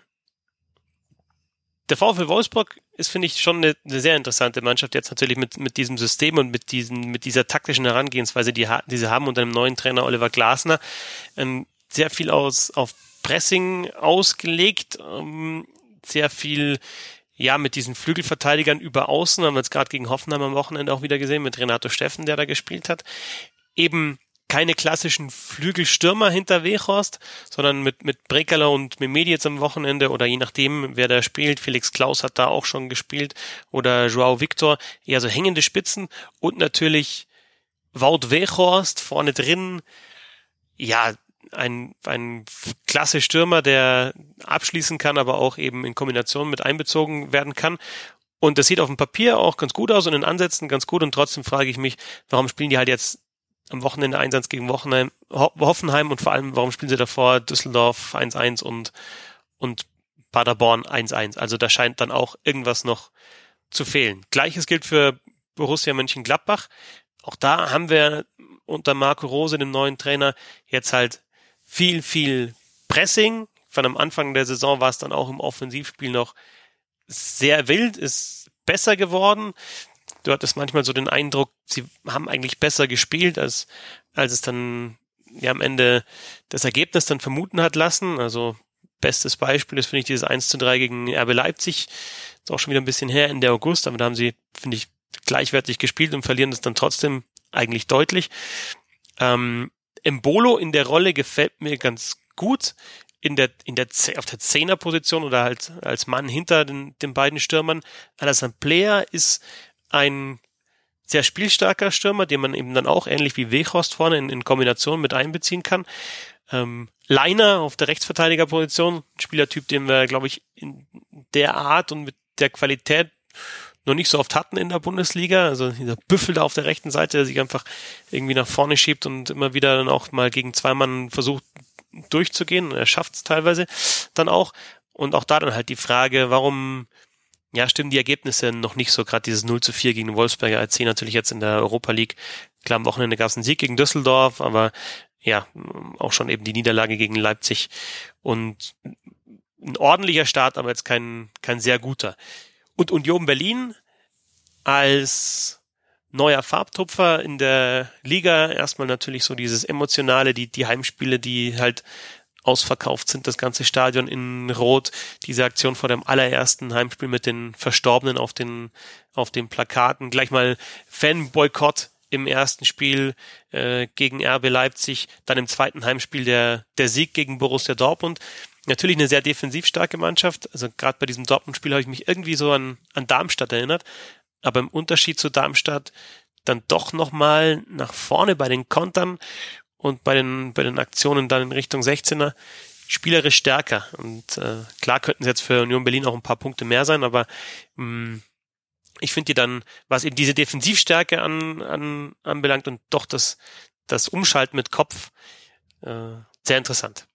Der VfL Wolfsburg ist, finde ich, schon eine, eine sehr interessante Mannschaft jetzt natürlich mit, mit diesem System und mit diesen, mit dieser taktischen Herangehensweise, die, die sie haben unter dem neuen Trainer Oliver Glasner. Ähm, sehr viel aus, auf Pressing ausgelegt, ähm, sehr viel, ja, mit diesen Flügelverteidigern über außen, haben wir jetzt gerade gegen Hoffenheim am Wochenende auch wieder gesehen, mit Renato Steffen, der da gespielt hat, eben keine klassischen Flügelstürmer hinter Weghorst, sondern mit, mit Brekalo und Mehmedi jetzt am Wochenende oder je nachdem, wer da spielt. Felix Klaus hat da auch schon gespielt oder Joao Victor, eher so hängende Spitzen und natürlich Wout Weghorst vorne drin, ja, ein, ein klasse Stürmer, der abschließen kann, aber auch eben in Kombination mit einbezogen werden kann. Und das sieht auf dem Papier auch ganz gut aus und in Ansätzen ganz gut und trotzdem frage ich mich, warum spielen die halt jetzt am Wochenende Einsatz gegen Hoffenheim, Hoffenheim und vor allem, warum spielen sie davor Düsseldorf eins eins und, und Paderborn eins eins? Also da scheint dann auch irgendwas noch zu fehlen. Gleiches gilt für Borussia Mönchengladbach. Auch da haben wir unter Marco Rose, dem neuen Trainer, jetzt halt viel, viel Pressing. Von am Anfang der Saison war es dann auch im Offensivspiel noch sehr wild, ist besser geworden. Du hattest manchmal so den Eindruck, sie haben eigentlich besser gespielt, als, als es dann ja am Ende das Ergebnis dann vermuten hat lassen. Also bestes Beispiel ist, finde ich, dieses eins zu drei gegen R B Leipzig. Ist auch schon wieder ein bisschen her, Ende August, aber da haben sie, finde ich, gleichwertig gespielt und verlieren das dann trotzdem eigentlich deutlich. Ähm, Embolo in der Rolle gefällt mir ganz gut. In der, in der, auf der Zehnerposition oder halt als Mann hinter den, den beiden Stürmern. Alassane Player ist ein sehr spielstarker Stürmer, den man eben dann auch ähnlich wie Weghorst vorne in, in Kombination mit einbeziehen kann. Ähm, Leiner auf der Rechtsverteidigerposition, ein Spielertyp, den wir, glaube ich, in der Art und mit der Qualität noch nicht so oft hatten in der Bundesliga. Also dieser Büffel da auf der rechten Seite, der sich einfach irgendwie nach vorne schiebt und immer wieder dann auch mal gegen zwei Mann versucht durchzugehen. Er schafft es teilweise dann auch. Und auch da dann halt die Frage, warum ja, stimmen die Ergebnisse noch nicht so, gerade dieses null zu vier gegen Wolfsberger A C natürlich jetzt in der Europa League. Klar, am Wochenende gab es einen Sieg gegen Düsseldorf, aber ja, auch schon eben die Niederlage gegen Leipzig und ein ordentlicher Start, aber jetzt kein, kein sehr guter. Und Union Berlin als neuer Farbtupfer in der Liga, erstmal natürlich so dieses Emotionale, die, die Heimspiele, die halt ausverkauft sind, das ganze Stadion in Rot, diese Aktion vor dem allerersten Heimspiel mit den Verstorbenen auf den auf den Plakaten, gleich mal Fanboykott im ersten Spiel äh, gegen R B Leipzig, dann im zweiten Heimspiel der der Sieg gegen Borussia Dortmund. Natürlich eine sehr defensiv starke Mannschaft, also gerade bei diesem Dortmund-Spiel habe ich mich irgendwie so an an Darmstadt erinnert, aber im Unterschied zu Darmstadt dann doch nochmal nach vorne bei den Kontern und bei den bei den Aktionen dann in Richtung sechzehner spielerisch stärker. Und äh, klar könnten es jetzt für Union Berlin auch ein paar Punkte mehr sein, aber mh, ich finde die dann, was eben diese Defensivstärke an, an, anbelangt und doch das, das Umschalten mit Kopf äh, sehr interessant.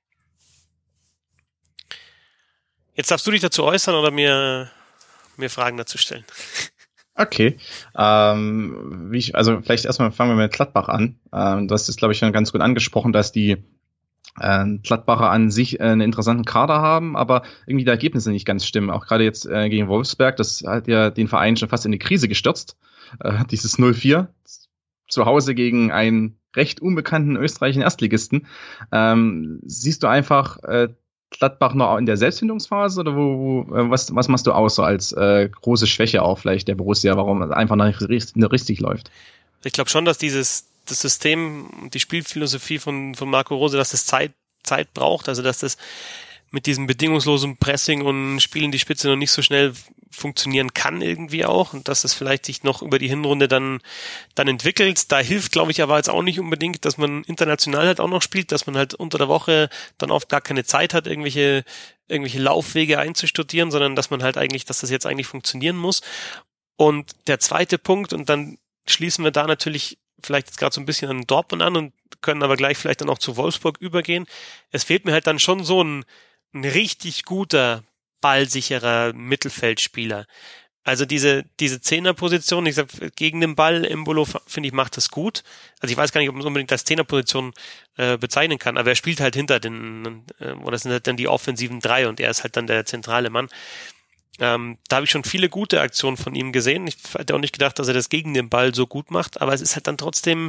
Jetzt darfst du dich dazu äußern oder mir, mir Fragen dazu stellen. Okay, ähm, wie ich, also vielleicht erstmal fangen wir mit Gladbach an. Ähm, du hast es, glaube ich, schon ganz gut angesprochen, dass die äh, Gladbacher an sich äh, einen interessanten Kader haben, aber irgendwie die Ergebnisse nicht ganz stimmen. Auch gerade jetzt äh, gegen Wolfsberg, das hat ja den Verein schon fast in die Krise gestürzt. Äh, dieses null vier zu Hause gegen einen recht unbekannten österreichischen Erstligisten. Ähm, siehst du einfach äh, Gladbach noch in der Selbstfindungsphase oder wo, wo was, was machst du aus so als äh, große Schwäche auch vielleicht der Borussia, warum es einfach noch nicht richtig läuft? Ich glaube schon, dass dieses das System, die Spielphilosophie von von Marco Rose, dass das Zeit Zeit braucht, also dass das mit diesem bedingungslosen Pressing und Spiel in die Spitze noch nicht so schnell funktionieren kann irgendwie auch und dass das vielleicht sich noch über die Hinrunde dann dann entwickelt. Da hilft, glaube ich, aber jetzt auch nicht unbedingt, dass man international halt auch noch spielt, dass man halt unter der Woche dann oft gar keine Zeit hat, irgendwelche irgendwelche Laufwege einzustudieren, sondern dass man halt eigentlich, dass das jetzt eigentlich funktionieren muss. Und der zweite Punkt, und dann schließen wir da natürlich vielleicht jetzt gerade so ein bisschen an Dortmund an und können aber gleich vielleicht dann auch zu Wolfsburg übergehen. Es fehlt mir halt dann schon so ein, ein richtig guter, ballsicherer Mittelfeldspieler. Also diese diese Zehnerposition, ich sag, gegen den Ball, Embolo, finde ich, macht das gut. Also ich weiß gar nicht, ob man es unbedingt als Zehnerposition äh, bezeichnen kann, aber er spielt halt hinter den, äh, oder sind halt dann die offensiven drei und er ist halt dann der zentrale Mann. Ähm, da habe ich schon viele gute Aktionen von ihm gesehen. Ich hätte auch nicht gedacht, dass er das gegen den Ball so gut macht, aber es ist halt dann trotzdem,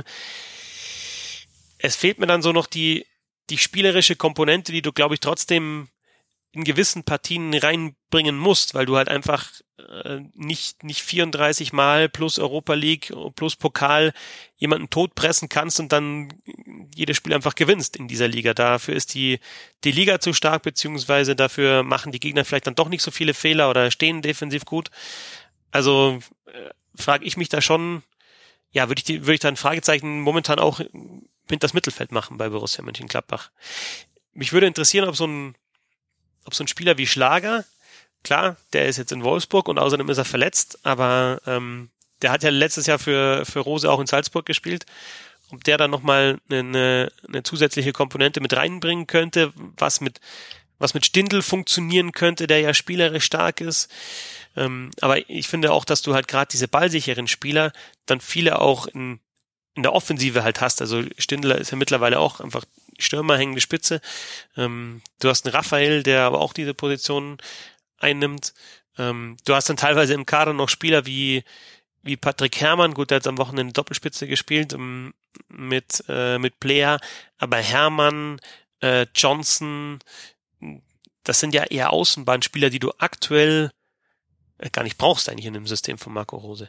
es fehlt mir dann so noch die die spielerische Komponente, die du, glaube ich, trotzdem in gewissen Partien reinbringen musst, weil du halt einfach äh, nicht nicht vierunddreißig Mal plus Europa League plus Pokal jemanden totpressen kannst und dann jedes Spiel einfach gewinnst in dieser Liga. Dafür ist die die Liga zu stark, beziehungsweise dafür machen die Gegner vielleicht dann doch nicht so viele Fehler oder stehen defensiv gut. Also äh, frage ich mich da schon, ja, würde ich die, würde ich da ein Fragezeichen momentan auch hinter das Mittelfeld machen bei Borussia Mönchengladbach. Mich würde interessieren, ob so ein ob so ein Spieler wie Schlager, klar, der ist jetzt in Wolfsburg und außerdem ist er verletzt, aber ähm, der hat ja letztes Jahr für für Rose auch in Salzburg gespielt, ob der dann nochmal eine, eine zusätzliche Komponente mit reinbringen könnte, was mit was mit Stindl funktionieren könnte, der ja spielerisch stark ist. Ähm, aber ich finde auch, dass du halt gerade diese ballsicheren Spieler dann viele auch in in der Offensive halt hast. Also Stindl ist ja mittlerweile auch einfach Stürmer, hängende Spitze. Ähm, du hast einen Raphael, der aber auch diese Position einnimmt. Ähm, du hast dann teilweise im Kader noch Spieler wie wie Patrick Herrmann, gut, der hat am Wochenende Doppelspitze gespielt ähm, mit äh, mit Player, aber Herrmann, äh, Johnson, das sind ja eher Außenbahnspieler, die du aktuell äh, gar nicht brauchst eigentlich in dem System von Marco Rose.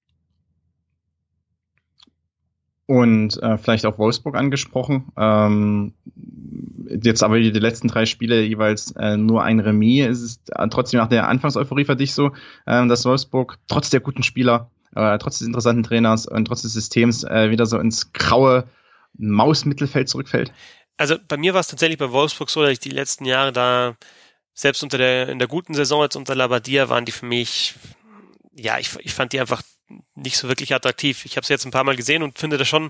Und äh, vielleicht auch Wolfsburg angesprochen. Ähm, jetzt aber die letzten drei Spiele jeweils äh, nur ein Remis. Es ist äh, trotzdem nach der Anfangseuphorie für dich so, äh, dass Wolfsburg trotz der guten Spieler, äh, trotz des interessanten Trainers und trotz des Systems äh, wieder so ins graue Mausmittelfeld zurückfällt? Also bei mir war es tatsächlich bei Wolfsburg so, dass ich die letzten Jahre da, selbst unter der in der guten Saison jetzt unter Labbadia, waren die für mich, ja, ich, ich fand die einfach nicht so wirklich attraktiv. Ich habe sie jetzt ein paar Mal gesehen und finde das schon,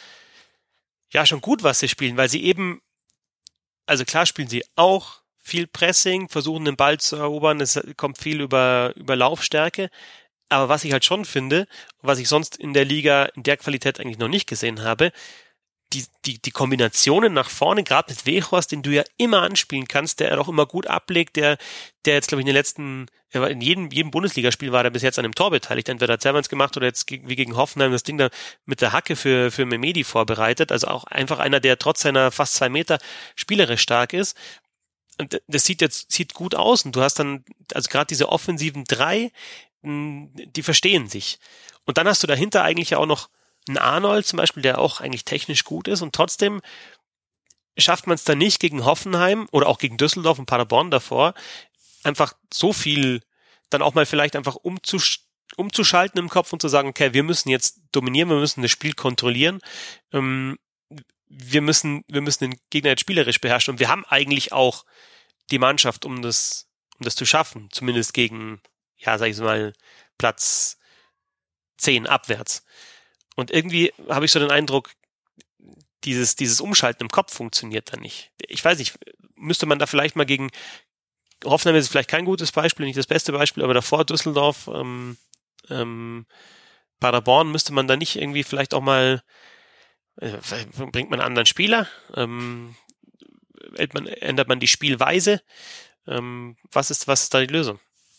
ja, schon gut, was sie spielen, weil sie eben, also klar spielen sie auch viel Pressing, versuchen den Ball zu erobern, es kommt viel über, über Laufstärke, aber was ich halt schon finde, was ich sonst in der Liga in der Qualität eigentlich noch nicht gesehen habe, die, die, die Kombinationen nach vorne, gerade mit Weghorst, den du ja immer anspielen kannst, der auch immer gut ablegt, der, der jetzt, glaube ich, in den letzten, in jedem, jedem Bundesligaspiel war der bis jetzt an einem Tor beteiligt, entweder hat Zermans gemacht oder jetzt wie gegen Hoffenheim das Ding da mit der Hacke für, für Mehmedi vorbereitet, also auch einfach einer, der trotz seiner fast zwei Meter spielerisch stark ist. Und das sieht jetzt, sieht gut aus und du hast dann, also gerade diese offensiven drei, die verstehen sich. Und dann hast du dahinter eigentlich auch noch ein Arnold zum Beispiel, der auch eigentlich technisch gut ist und trotzdem schafft man es dann nicht gegen Hoffenheim oder auch gegen Düsseldorf und Paderborn davor, einfach so viel dann auch mal vielleicht einfach umzusch- umzuschalten im Kopf und zu sagen, okay, wir müssen jetzt dominieren, wir müssen das Spiel kontrollieren, ähm, wir müssen, wir müssen den Gegner jetzt spielerisch beherrschen und wir haben eigentlich auch die Mannschaft, um das, um das zu schaffen, zumindest gegen, ja, sag ich mal, Platz zehn abwärts. Und irgendwie habe ich so den Eindruck, dieses, dieses Umschalten im Kopf funktioniert da nicht. Ich weiß nicht, müsste man da vielleicht mal gegen Hoffenheim ist vielleicht kein gutes Beispiel, nicht das beste Beispiel, aber davor Düsseldorf, ähm, ähm, Paderborn müsste man da nicht irgendwie vielleicht auch mal, äh, bringt man einen anderen Spieler, ähm, ändert man, ändert man die Spielweise, ähm, was ist, was ist da die Lösung?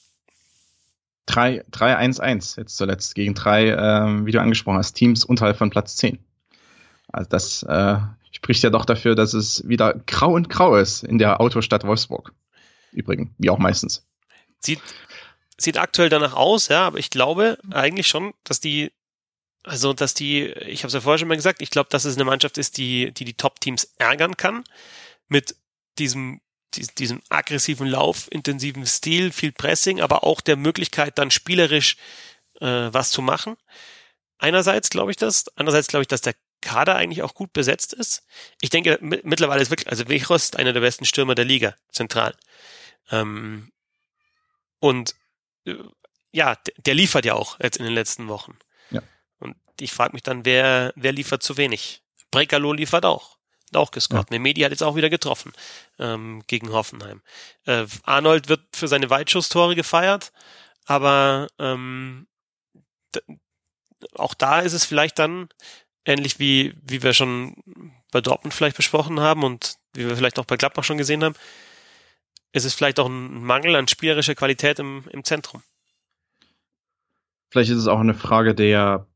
drei eins eins jetzt zuletzt gegen drei, ähm, wie du angesprochen hast, Teams unterhalb von Platz zehn. Also das äh, spricht ja doch dafür, dass es wieder grau und grau ist in der Autostadt Wolfsburg. Übrigens, wie auch meistens. Sieht, sieht aktuell danach aus, ja, aber ich glaube eigentlich schon, dass die, also dass die, ich habe es ja vorher schon mal gesagt, ich glaube, dass es eine Mannschaft ist, die die, die Top-Teams ärgern kann mit diesem diesem aggressiven Lauf, intensiven Stil, viel Pressing, aber auch der Möglichkeit, dann spielerisch äh, was zu machen. Einerseits glaube ich das, andererseits glaube ich, dass der Kader eigentlich auch gut besetzt ist. Ich denke, m- mittlerweile ist wirklich, also Weghorst einer der besten Stürmer der Liga, zentral. Ähm, und äh, ja, d- der liefert ja auch jetzt in den letzten Wochen. Ja. Und ich frage mich dann, wer wer liefert zu wenig? Brekalo liefert auch. Auch gescored. Ja. Mehmedi hat jetzt auch wieder getroffen ähm, gegen Hoffenheim. Äh, Arnold wird für seine Weitschusstore gefeiert, aber ähm, d- auch da ist es vielleicht dann ähnlich wie wie wir schon bei Dortmund vielleicht besprochen haben und wie wir vielleicht auch bei Gladbach schon gesehen haben, ist es vielleicht auch ein Mangel an spielerischer Qualität im, im Zentrum. Vielleicht ist es auch eine Frage der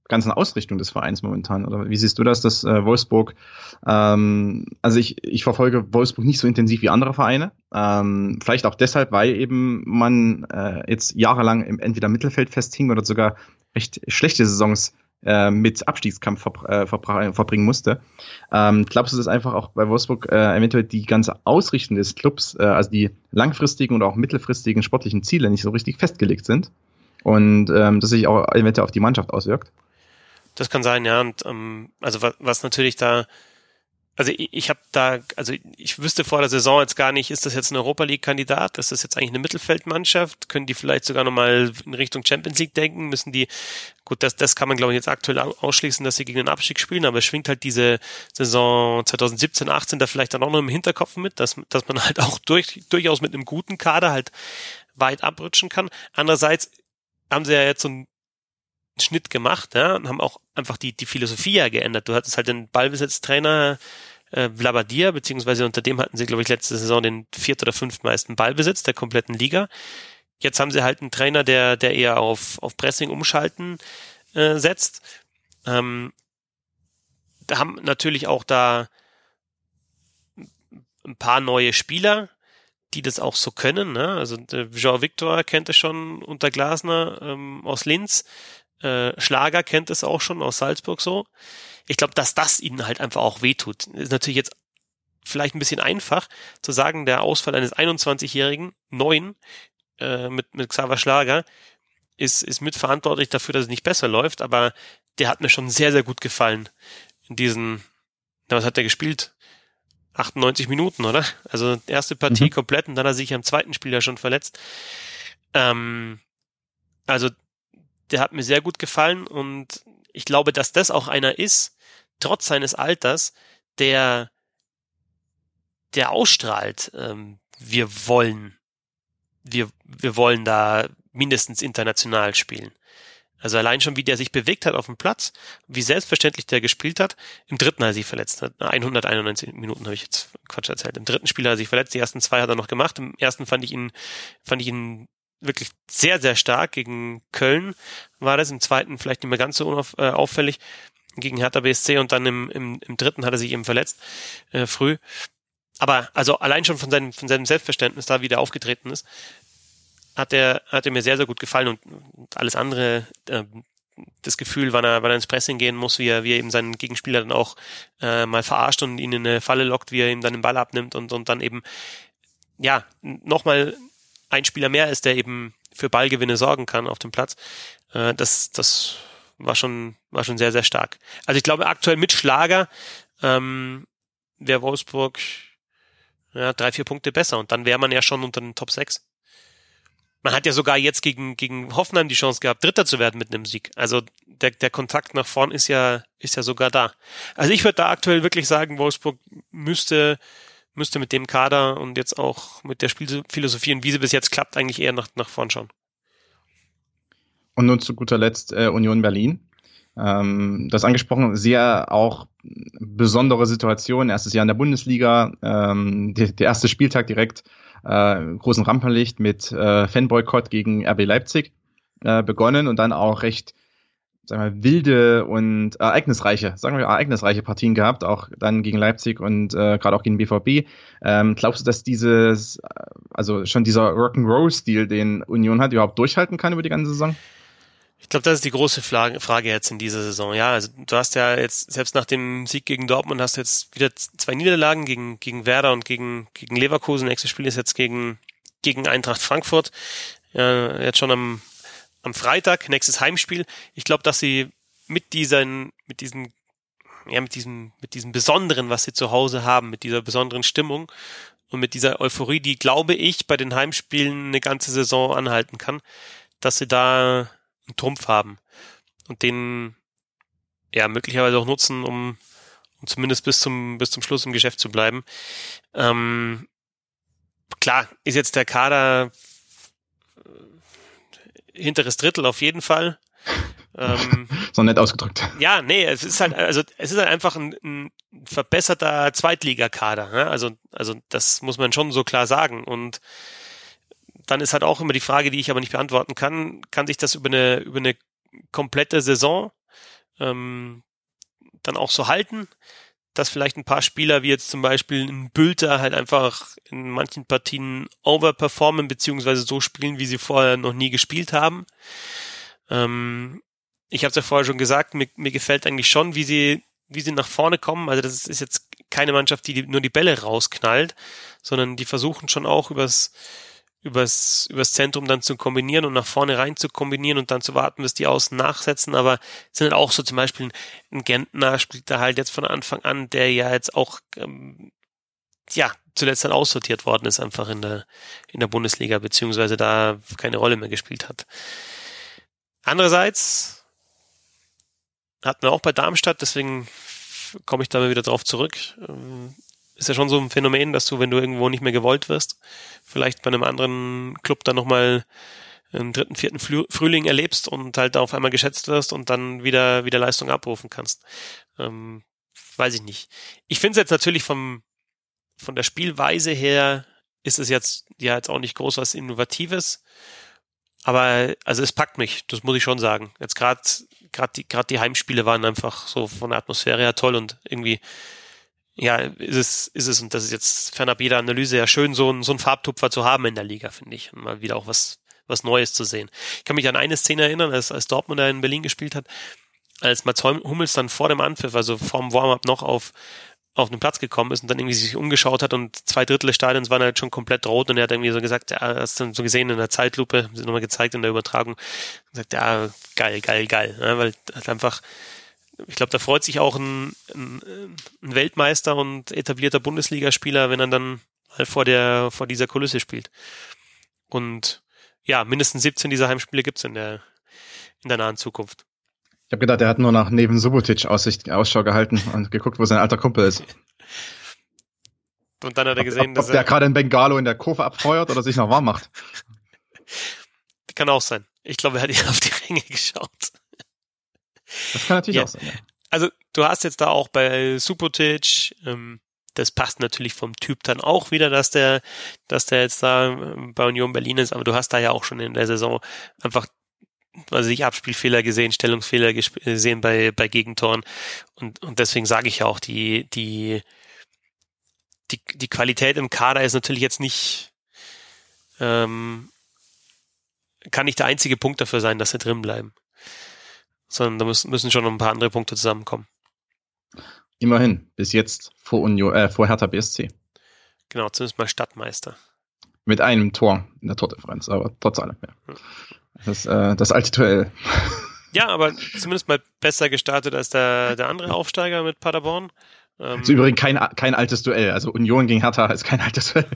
ganzen Ausrichtung des Vereins momentan. Oder wie siehst du das, dass äh, Wolfsburg, ähm, also ich, ich verfolge Wolfsburg nicht so intensiv wie andere Vereine, ähm, vielleicht auch deshalb, weil eben man äh, jetzt jahrelang im entweder Mittelfeld festhing oder sogar recht schlechte Saisons äh, mit Abstiegskampf verbr- äh, verbr- verbringen musste. Ähm, glaubst du, dass einfach auch bei Wolfsburg äh, eventuell die ganze Ausrichtung des Clubs, äh, also die langfristigen und auch mittelfristigen sportlichen Ziele nicht so richtig festgelegt sind? Und ähm, das sich auch eventuell auf die Mannschaft auswirkt. Das kann sein, ja. Und ähm, also was, was natürlich da, also ich, ich habe da, also ich wüsste vor der Saison jetzt gar nicht, ist das jetzt ein Europa League-Kandidat? Ist das jetzt eigentlich eine Mittelfeldmannschaft? Können die vielleicht sogar nochmal in Richtung Champions League denken? Müssen die, gut, das, das kann man glaube ich jetzt aktuell ausschließen, dass sie gegen den Abstieg spielen, aber es schwingt halt diese Saison zwanzig siebzehn, achtzehn da vielleicht dann auch noch im Hinterkopf mit, dass, dass man halt auch durch, durchaus mit einem guten Kader halt weit abrutschen kann. Andererseits haben sie ja jetzt so einen Schnitt gemacht, ja, und haben auch einfach die die Philosophie ja geändert. Du hattest halt den Ballbesitztrainer äh, Labbadia, beziehungsweise unter dem hatten sie, glaube ich, letzte Saison den viert- oder fünftmeisten Ballbesitz der kompletten Liga. Jetzt haben sie halt einen Trainer, der der eher auf auf Pressing umschalten äh, setzt. Ähm, da haben natürlich auch da ein paar neue Spieler, die das auch so können, ne? Also der João Victor kennt es schon unter Glasner ähm, aus Linz, äh, Schlager kennt es auch schon aus Salzburg so. Ich glaube, dass das ihnen halt einfach auch wehtut. Ist natürlich jetzt vielleicht ein bisschen einfach zu sagen, der Ausfall eines einundzwanzigjährigen Neuen äh, mit mit Xaver Schlager ist ist mitverantwortlich dafür, dass es nicht besser läuft, aber der hat mir schon sehr, sehr gut gefallen in diesen, na, was hat der gespielt? achtundneunzig Minuten, oder? Also erste Partie mhm. komplett und dann hat er sich am zweiten Spiel ja schon verletzt. Ähm, also der hat mir sehr gut gefallen und ich glaube, dass das auch einer ist, trotz seines Alters, der der ausstrahlt, ähm, wir wollen, wir wir wollen da mindestens international spielen. Also allein schon, wie der sich bewegt hat auf dem Platz, wie selbstverständlich der gespielt hat. Im dritten hat er sich verletzt. hunderteinundneunzig Minuten habe ich jetzt Quatsch erzählt. Im dritten Spiel hat er sich verletzt. Die ersten zwei hat er noch gemacht. Im ersten fand ich ihn, fand ich ihn wirklich sehr, sehr stark. Gegen Köln war das. Im zweiten vielleicht nicht mehr ganz so unauf, äh, auffällig. Gegen Hertha B S C und dann im, im, im dritten hat er sich eben verletzt, äh, früh. Aber also allein schon von seinem, von seinem Selbstverständnis da, wie der aufgetreten ist, hat er hat er mir sehr, sehr gut gefallen und, und alles andere, äh, das Gefühl, wann er, wann er ins Pressing gehen muss, wie er, wie er eben seinen Gegenspieler dann auch äh, mal verarscht und ihn in eine Falle lockt, wie er ihm dann den Ball abnimmt und, und dann eben, ja, nochmal ein Spieler mehr ist, der eben für Ballgewinne sorgen kann auf dem Platz. Äh, das, das war schon, war schon sehr, sehr stark. Also ich glaube, aktuell mit Schlager ähm, wäre Wolfsburg ja, drei, vier Punkte besser und dann wäre man ja schon unter den Top sechs. Man hat ja sogar jetzt gegen gegen Hoffenheim die Chance gehabt, Dritter zu werden mit einem Sieg. Also der der Kontakt nach vorn ist ja ist ja sogar da. Also ich würde da aktuell wirklich sagen, Wolfsburg müsste müsste mit dem Kader und jetzt auch mit der Spielphilosophie und wie sie bis jetzt klappt, eigentlich eher nach nach vorn schauen. Und nun zu guter Letzt äh, Union Berlin. Ähm, das angesprochen, sehr auch besondere Situation. Erstes Jahr in der Bundesliga, ähm, der, der erste Spieltag direkt äh, großen Rampenlicht mit äh, Fanboykott gegen R B Leipzig äh, begonnen und dann auch recht, sagen wir, wilde und ereignisreiche, sagen wir ereignisreiche Partien gehabt, auch dann gegen Leipzig und äh, gerade auch gegen B V B. Ähm, glaubst du, dass dieses, also schon dieser Rock'n'Roll-Stil, den Union hat, überhaupt durchhalten kann über die ganze Saison? Ich glaube, das ist die große Frage jetzt in dieser Saison. Ja, also du hast ja jetzt, selbst nach dem Sieg gegen Dortmund, hast du jetzt wieder zwei Niederlagen gegen gegen Werder und gegen gegen Leverkusen. Nächstes Spiel ist jetzt gegen gegen Eintracht Frankfurt. Ja, jetzt schon am am Freitag, nächstes Heimspiel. Ich glaube, dass sie mit diesen, mit diesen, ja, mit diesem, mit diesem Besonderen, was sie zu Hause haben, mit dieser besonderen Stimmung und mit dieser Euphorie, die, glaube ich, bei den Heimspielen eine ganze Saison anhalten kann, dass sie da einen Trumpf haben und den ja möglicherweise auch nutzen, um, um zumindest bis zum bis zum Schluss im Geschäft zu bleiben. Ähm, klar, ist jetzt der Kader äh, hinteres Drittel auf jeden Fall. Ähm, so nett ausgedrückt. Ja, nee, es ist halt, also es ist halt einfach ein, ein verbesserter Zweitligakader. Ne? Also, also das muss man schon so klar sagen. Und dann ist halt auch immer die Frage, die ich aber nicht beantworten kann, kann sich das über eine über eine komplette Saison ähm, dann auch so halten, dass vielleicht ein paar Spieler wie jetzt zum Beispiel ein Bülter halt einfach in manchen Partien overperformen, beziehungsweise so spielen, wie sie vorher noch nie gespielt haben. Ähm, ich habe es ja vorher schon gesagt, mir, mir gefällt eigentlich schon, wie sie, wie sie nach vorne kommen. Also das ist jetzt keine Mannschaft, die nur die Bälle rausknallt, sondern die versuchen schon auch übers übers, übers Zentrum dann zu kombinieren und nach vorne rein zu kombinieren und dann zu warten, bis die Außen nachsetzen, aber sind halt auch so zum Beispiel ein Gentner spielt da halt jetzt von Anfang an, der ja jetzt auch ähm, ja, zuletzt dann aussortiert worden ist einfach in der in der Bundesliga, beziehungsweise da keine Rolle mehr gespielt hat. Andererseits hatten wir auch bei Darmstadt, deswegen komme ich da mal wieder drauf zurück, ähm, ist ja schon so ein Phänomen, dass du, wenn du irgendwo nicht mehr gewollt wirst, vielleicht bei einem anderen Club dann nochmal einen dritten, vierten Frühling erlebst und halt auf einmal geschätzt wirst und dann wieder wieder Leistung abrufen kannst. Ähm, weiß ich nicht. Ich finde es jetzt natürlich vom von der Spielweise her ist es jetzt ja jetzt auch nicht groß was Innovatives, aber also es packt mich, das muss ich schon sagen. Jetzt gerade gerade die gerade die Heimspiele waren einfach so von der Atmosphäre her toll und irgendwie ja, ist es, ist es, und das ist jetzt fernab jeder Analyse ja schön, so ein, so ein Farbtupfer zu haben in der Liga, finde ich. Und mal wieder auch was, was Neues zu sehen. Ich kann mich an eine Szene erinnern, als, als Dortmund da in Berlin gespielt hat, als Mats Hummels dann vor dem Anpfiff, also vor dem Warm-up noch auf, auf den Platz gekommen ist und dann irgendwie sich umgeschaut hat und zwei Drittel des Stadions waren halt schon komplett rot und er hat irgendwie so gesagt, ja, hast du so gesehen in der Zeitlupe, haben sie nochmal gezeigt in der Übertragung, gesagt, ja, geil, geil, geil, ja, weil halt einfach, ich glaube, da freut sich auch ein, ein, ein Weltmeister und etablierter Bundesligaspieler, wenn er dann halt vor der vor dieser Kulisse spielt. Und ja, mindestens siebzehn dieser Heimspiele gibt's in der in der nahen Zukunft. Ich habe gedacht, er hat nur nach neben Subotic Aussicht, Ausschau gehalten und geguckt, wo sein alter Kumpel ist. Und dann hat er gesehen, ob, ob, dass ob der er gerade in Bengalo in der Kurve abfeuert oder sich noch warm macht. Kann auch sein. Ich glaube, er hat auf die Ränge geschaut. Das kann natürlich ja. auch sein, ja. Also du hast jetzt da auch bei Subotic, ähm, das passt natürlich vom Typ dann auch wieder, dass der, dass der jetzt da bei Union Berlin ist, aber du hast da ja auch schon in der Saison einfach, also ich Abspielfehler gesehen, Stellungsfehler gesp- gesehen bei bei Gegentoren und und deswegen sage ich ja auch, die die die die Qualität im Kader ist natürlich jetzt nicht ähm, kann nicht der einzige Punkt dafür sein, dass sie drin bleiben. Sondern da müssen, müssen schon noch ein paar andere Punkte zusammenkommen. Immerhin, bis jetzt vor, Union, äh, vor Hertha B S C. Genau, zumindest mal Stadtmeister. Mit einem Tor in der Tordifferenz, aber trotz allem, ja. Das, äh, das alte Duell. Ja, aber zumindest mal besser gestartet als der, der andere Aufsteiger mit Paderborn. Ähm, ist übrigens kein, kein altes Duell. Also Union gegen Hertha ist kein altes Duell.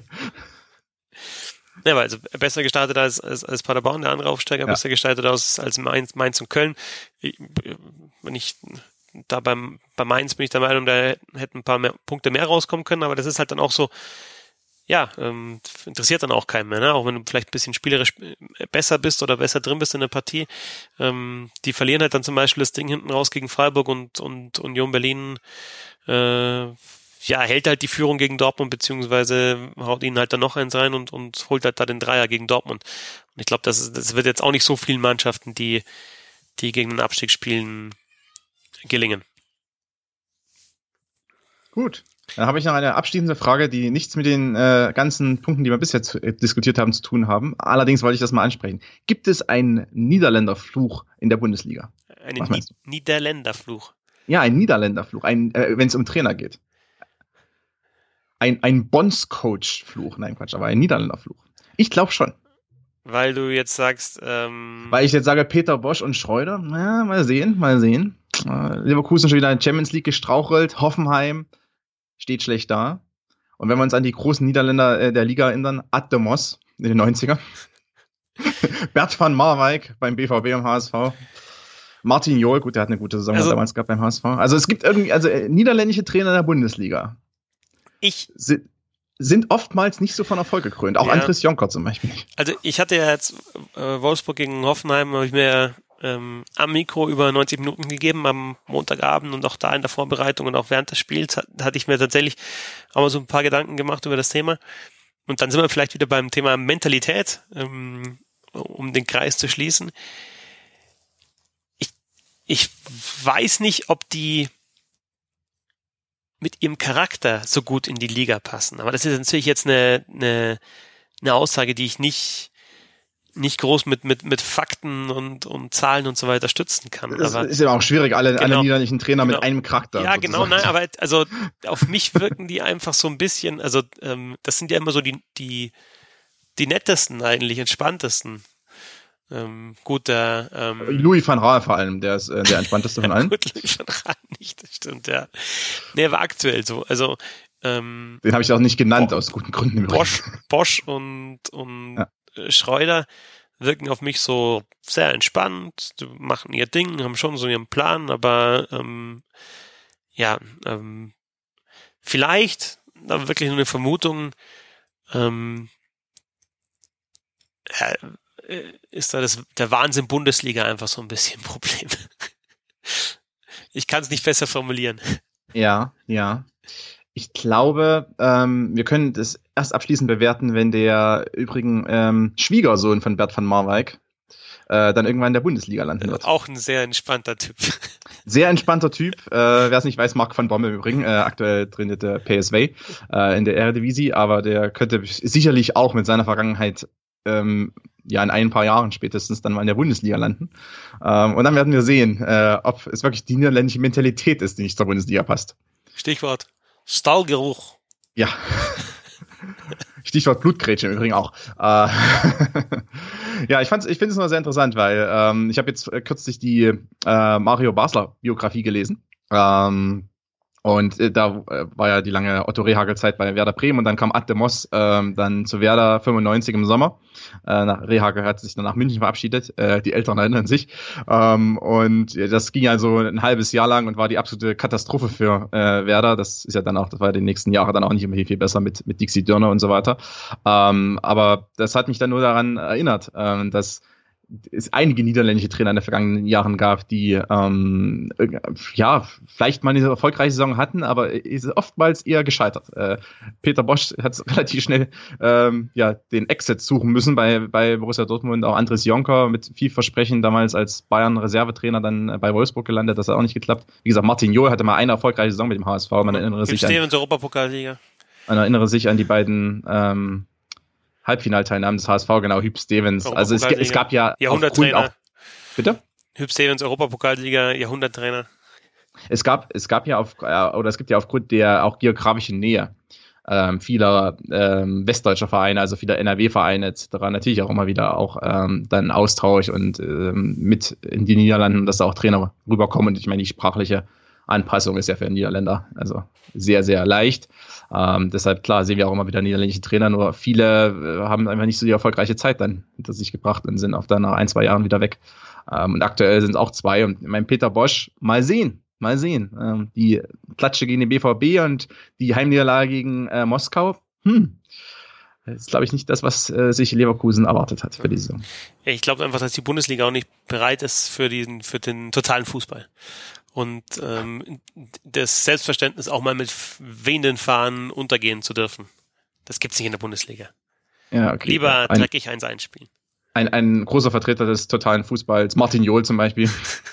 Ja, also besser gestartet als, als, als Paderborn, der andere Aufsteiger, ja. Besser gestartet als, als Mainz, Mainz und Köln. Ich, wenn ich da beim, bei Mainz bin ich der Meinung, da hätten ein paar mehr Punkte mehr rauskommen können, aber das ist halt dann auch so, ja, ähm, interessiert dann auch keinen mehr, ne? Auch wenn du vielleicht ein bisschen spielerisch besser bist oder besser drin bist in der Partie. Ähm, die verlieren halt dann zum Beispiel das Ding hinten raus gegen Freiburg und, und Union Berlin, äh, ja, hält halt die Führung gegen Dortmund, beziehungsweise haut ihnen halt dann noch eins rein und, und holt halt da den Dreier gegen Dortmund. Und ich glaube, das, das wird jetzt auch nicht so vielen Mannschaften, die, die gegen den Abstieg spielen, gelingen. Gut. Dann habe ich noch eine abschließende Frage, die nichts mit den äh, ganzen Punkten, die wir bisher zu, äh, diskutiert haben, zu tun haben. Allerdings wollte ich das mal ansprechen. Gibt es einen Niederländerfluch in der Bundesliga? Einen Ni- Niederländerfluch? Ja, ein Niederländerfluch, ein, äh, wenn es um Trainer geht. Ein, ein Bonds-Coach-Fluch. Nein, Quatsch, aber ein Niederländer-Fluch. Ich glaube schon. Weil du jetzt sagst, ähm Weil ich jetzt sage, Peter Bosch und Schreuder, na, mal sehen, mal sehen. Äh, Leverkusen schon wieder in der Champions League gestrauchelt, Hoffenheim steht schlecht da. Und wenn wir uns an die großen Niederländer äh, der Liga erinnern, Ad de Mos in den neunzigern, Bert van Marwijk beim B V B und H S V, Martin Jol, gut, der hat eine gute Saison also, damals gehabt beim H S V. Also es gibt irgendwie, also äh, niederländische Trainer der Bundesliga. Ich sind, sind oftmals nicht so von Erfolg gekrönt. Auch ja. Andries Jonker zum Beispiel nicht. Also ich hatte ja jetzt äh, Wolfsburg gegen Hoffenheim, habe ich mir ähm, am Mikro über neunzig Minuten gegeben am Montagabend und auch da in der Vorbereitung und auch während des Spiels hat, hatte ich mir tatsächlich auch mal so ein paar Gedanken gemacht über das Thema. Und dann sind wir vielleicht wieder beim Thema Mentalität, ähm, um den Kreis zu schließen. Ich, ich weiß nicht, ob die mit ihrem Charakter so gut in die Liga passen. Aber das ist natürlich jetzt eine, eine, eine Aussage, die ich nicht, nicht groß mit, mit, mit Fakten und, und Zahlen und so weiter stützen kann. Es aber ist ja auch schwierig, alle, genau, alle niederländischen Trainer genau, mit einem Charakter. Ja, sozusagen. genau, nein, aber also auf mich wirken die einfach so ein bisschen, also ähm, das sind ja immer so die, die, die nettesten eigentlich, entspanntesten. Ähm, gut, der ähm, Louis van Gaal vor allem, der ist äh, der entspannteste von allen. Gut, Louis van Gaal nicht, das stimmt, ja. Nee, war aktuell so, also ähm, Den habe ich auch nicht genannt, Bo- aus guten Gründen. Bosch, Bosch und, und Ja. Schreuder wirken auf mich so sehr entspannt, die machen ihr Ding, haben schon so ihren Plan, aber ähm, ja, ähm, vielleicht, aber wirklich nur eine Vermutung, ähm, ja, ist da das, der Wahnsinn Bundesliga einfach so ein bisschen ein Problem. Ich kann es nicht besser formulieren. Ja, ja. Ich glaube, ähm, wir können das erst abschließend bewerten, wenn der übrigen ähm, Schwiegersohn von Bert van Marwijk äh, dann irgendwann in der Bundesliga landen wird. Auch ein sehr entspannter Typ. Sehr entspannter Typ. Äh, Wer es nicht weiß, Mark van Bommel übrigens. Äh, aktuell trainiert der P S V äh, in der Eredivisie, aber der könnte sicherlich auch mit seiner Vergangenheit ähm, ja in ein paar Jahren spätestens dann mal in der Bundesliga landen. Ähm, und dann werden wir sehen, äh, ob es wirklich die niederländische Mentalität ist, die nicht zur Bundesliga passt. Stichwort Stallgeruch. Ja. Stichwort Blutgrätsche im Übrigen auch. Äh, ja, ich fand's, ich finde es nur sehr interessant, weil ähm, ich habe jetzt kürzlich die äh, Mario Basler Biografie gelesen. Ähm, und äh, da äh, war ja die lange Otto Rehhagel-Zeit bei Werder Bremen und dann kam Ad de Mos ähm, dann zu Werder fünfundneunzig im Sommer. Äh, nach Rehhagel hat sich dann nach München verabschiedet. Äh, die Eltern erinnern sich. Ähm, und ja, das ging also ein halbes Jahr lang und war die absolute Katastrophe für äh, Werder. Das ist ja dann auch, das war ja die nächsten Jahre dann auch nicht immer viel, viel besser mit mit Dixie Dörner und so weiter. Ähm, aber das hat mich dann nur daran erinnert, äh, dass es einige niederländische Trainer in den vergangenen Jahren gab, die ähm, ja vielleicht mal eine erfolgreiche Saison hatten, aber ist oftmals eher gescheitert. Äh, Peter Bosch hat relativ schnell ähm, ja den Exit suchen müssen bei bei Borussia Dortmund. Auch Andres Jonker mit viel Versprechen damals als Bayern-Reservetrainer dann bei Wolfsburg gelandet, das hat auch nicht geklappt. Wie gesagt, Martin Jol hatte mal eine erfolgreiche Saison mit dem H S V. Man erinnere sich an, Europapokalsieger. Man erinnere sich an die beiden ähm, Halbfinalteilnahmen des H S V, genau, Hüb Stevens. Also es, es gab ja Jahrhunderttrainer. Auch, bitte? Hüb Stevens, Europapokalsieger, Jahrhunderttrainer. Es gab, es gab ja auf, oder es gibt ja aufgrund der auch geografischen Nähe ähm, vieler ähm, westdeutscher Vereine, also vieler N R W-Vereine et cetera natürlich auch immer wieder auch ähm, dann Austausch und ähm, mit in die Niederlanden, dass da auch Trainer rüberkommen. Und ich meine, die sprachliche Anpassung ist ja für den Niederländer also sehr, sehr leicht. Ähm, deshalb, klar, sehen wir auch immer wieder niederländische Trainer, nur viele äh, haben einfach nicht so die erfolgreiche Zeit dann hinter sich gebracht und sind auch dann nach ein, zwei Jahren wieder weg. Ähm, und aktuell sind es auch zwei. Und mein Peter Bosch, mal sehen, mal sehen. Ähm, die Klatsche gegen den B V B und die Heimniederlage gegen äh, Moskau, hm, das ist, glaube ich, nicht das, was äh, sich Leverkusen erwartet hat für die Saison. Ja, ich glaube einfach, dass die Bundesliga auch nicht bereit ist für diesen, für den totalen Fußball. Und ähm, das Selbstverständnis auch mal mit wehenden Fahnen untergehen zu dürfen. Das gibt's nicht in der Bundesliga. Ja, okay. Lieber ein, dreckig eins einspielen. Ein, ein großer Vertreter des totalen Fußballs, Martin Jol zum Beispiel.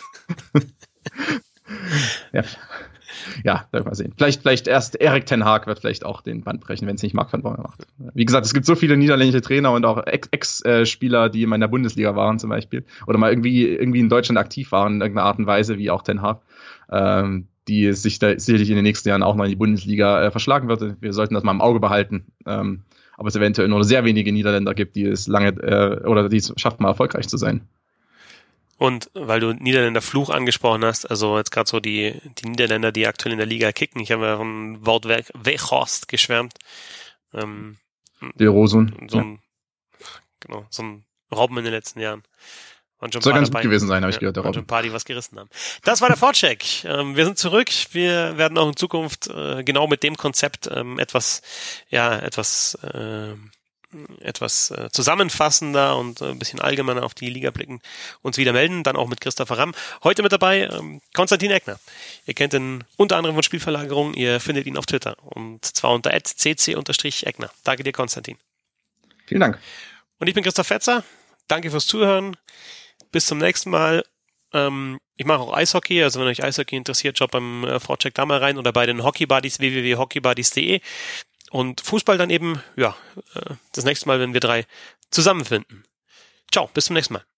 ja. Ja, werden wir mal sehen. Vielleicht, vielleicht erst Erik ten Hag wird vielleicht auch den Band brechen, wenn es nicht Marc van Bommel macht. Wie gesagt, es gibt so viele niederländische Trainer und auch Ex-Spieler, die immer in der Bundesliga waren zum Beispiel oder mal irgendwie irgendwie in Deutschland aktiv waren in irgendeiner Art und Weise, wie auch ten Hag, ähm, die sich da sicherlich in den nächsten Jahren auch noch in die Bundesliga äh, verschlagen wird. Wir sollten das mal im Auge behalten. Ähm, aber es eventuell nur sehr wenige Niederländer gibt, die es lange äh, oder die es schafft, mal erfolgreich zu sein. Und weil du Niederländer Fluch angesprochen hast, also jetzt gerade so die die Niederländer, die aktuell in der Liga kicken, ich habe ja von Wout Weghorst geschwärmt. Ähm, De Rosun. So ein, ja. Genau, so ein Robben in den letzten Jahren. Soll ganz gut gewesen sein, habe ich ja, gehört. Der Robben. Schon ein paar, die was gerissen haben. Das war der Vorcheck. Ähm, wir sind zurück. Wir werden auch in Zukunft äh, genau mit dem Konzept ähm, etwas, ja, etwas äh, etwas äh, zusammenfassender und äh, ein bisschen allgemeiner auf die Liga blicken, uns wieder melden, dann auch mit Christopher Ramm. Heute mit dabei ähm, Konstantin Eckner. Ihr kennt ihn unter anderem von Spielverlagerung, ihr findet ihn auf Twitter und zwar unter at c c eckner. Danke dir, Konstantin. Vielen Dank. Und ich bin Christoph Fetzer. Danke fürs Zuhören. Bis zum nächsten Mal Ähm, ich mache auch Eishockey, also wenn euch Eishockey interessiert, schaut beim äh, Vorcheck da mal rein oder bei den Hockey Buddies w w w punkt hockeybuddies punkt d e. Und Fußball dann eben, ja, äh, das nächste Mal, wenn wir drei zusammenfinden. Ciao, bis zum nächsten Mal.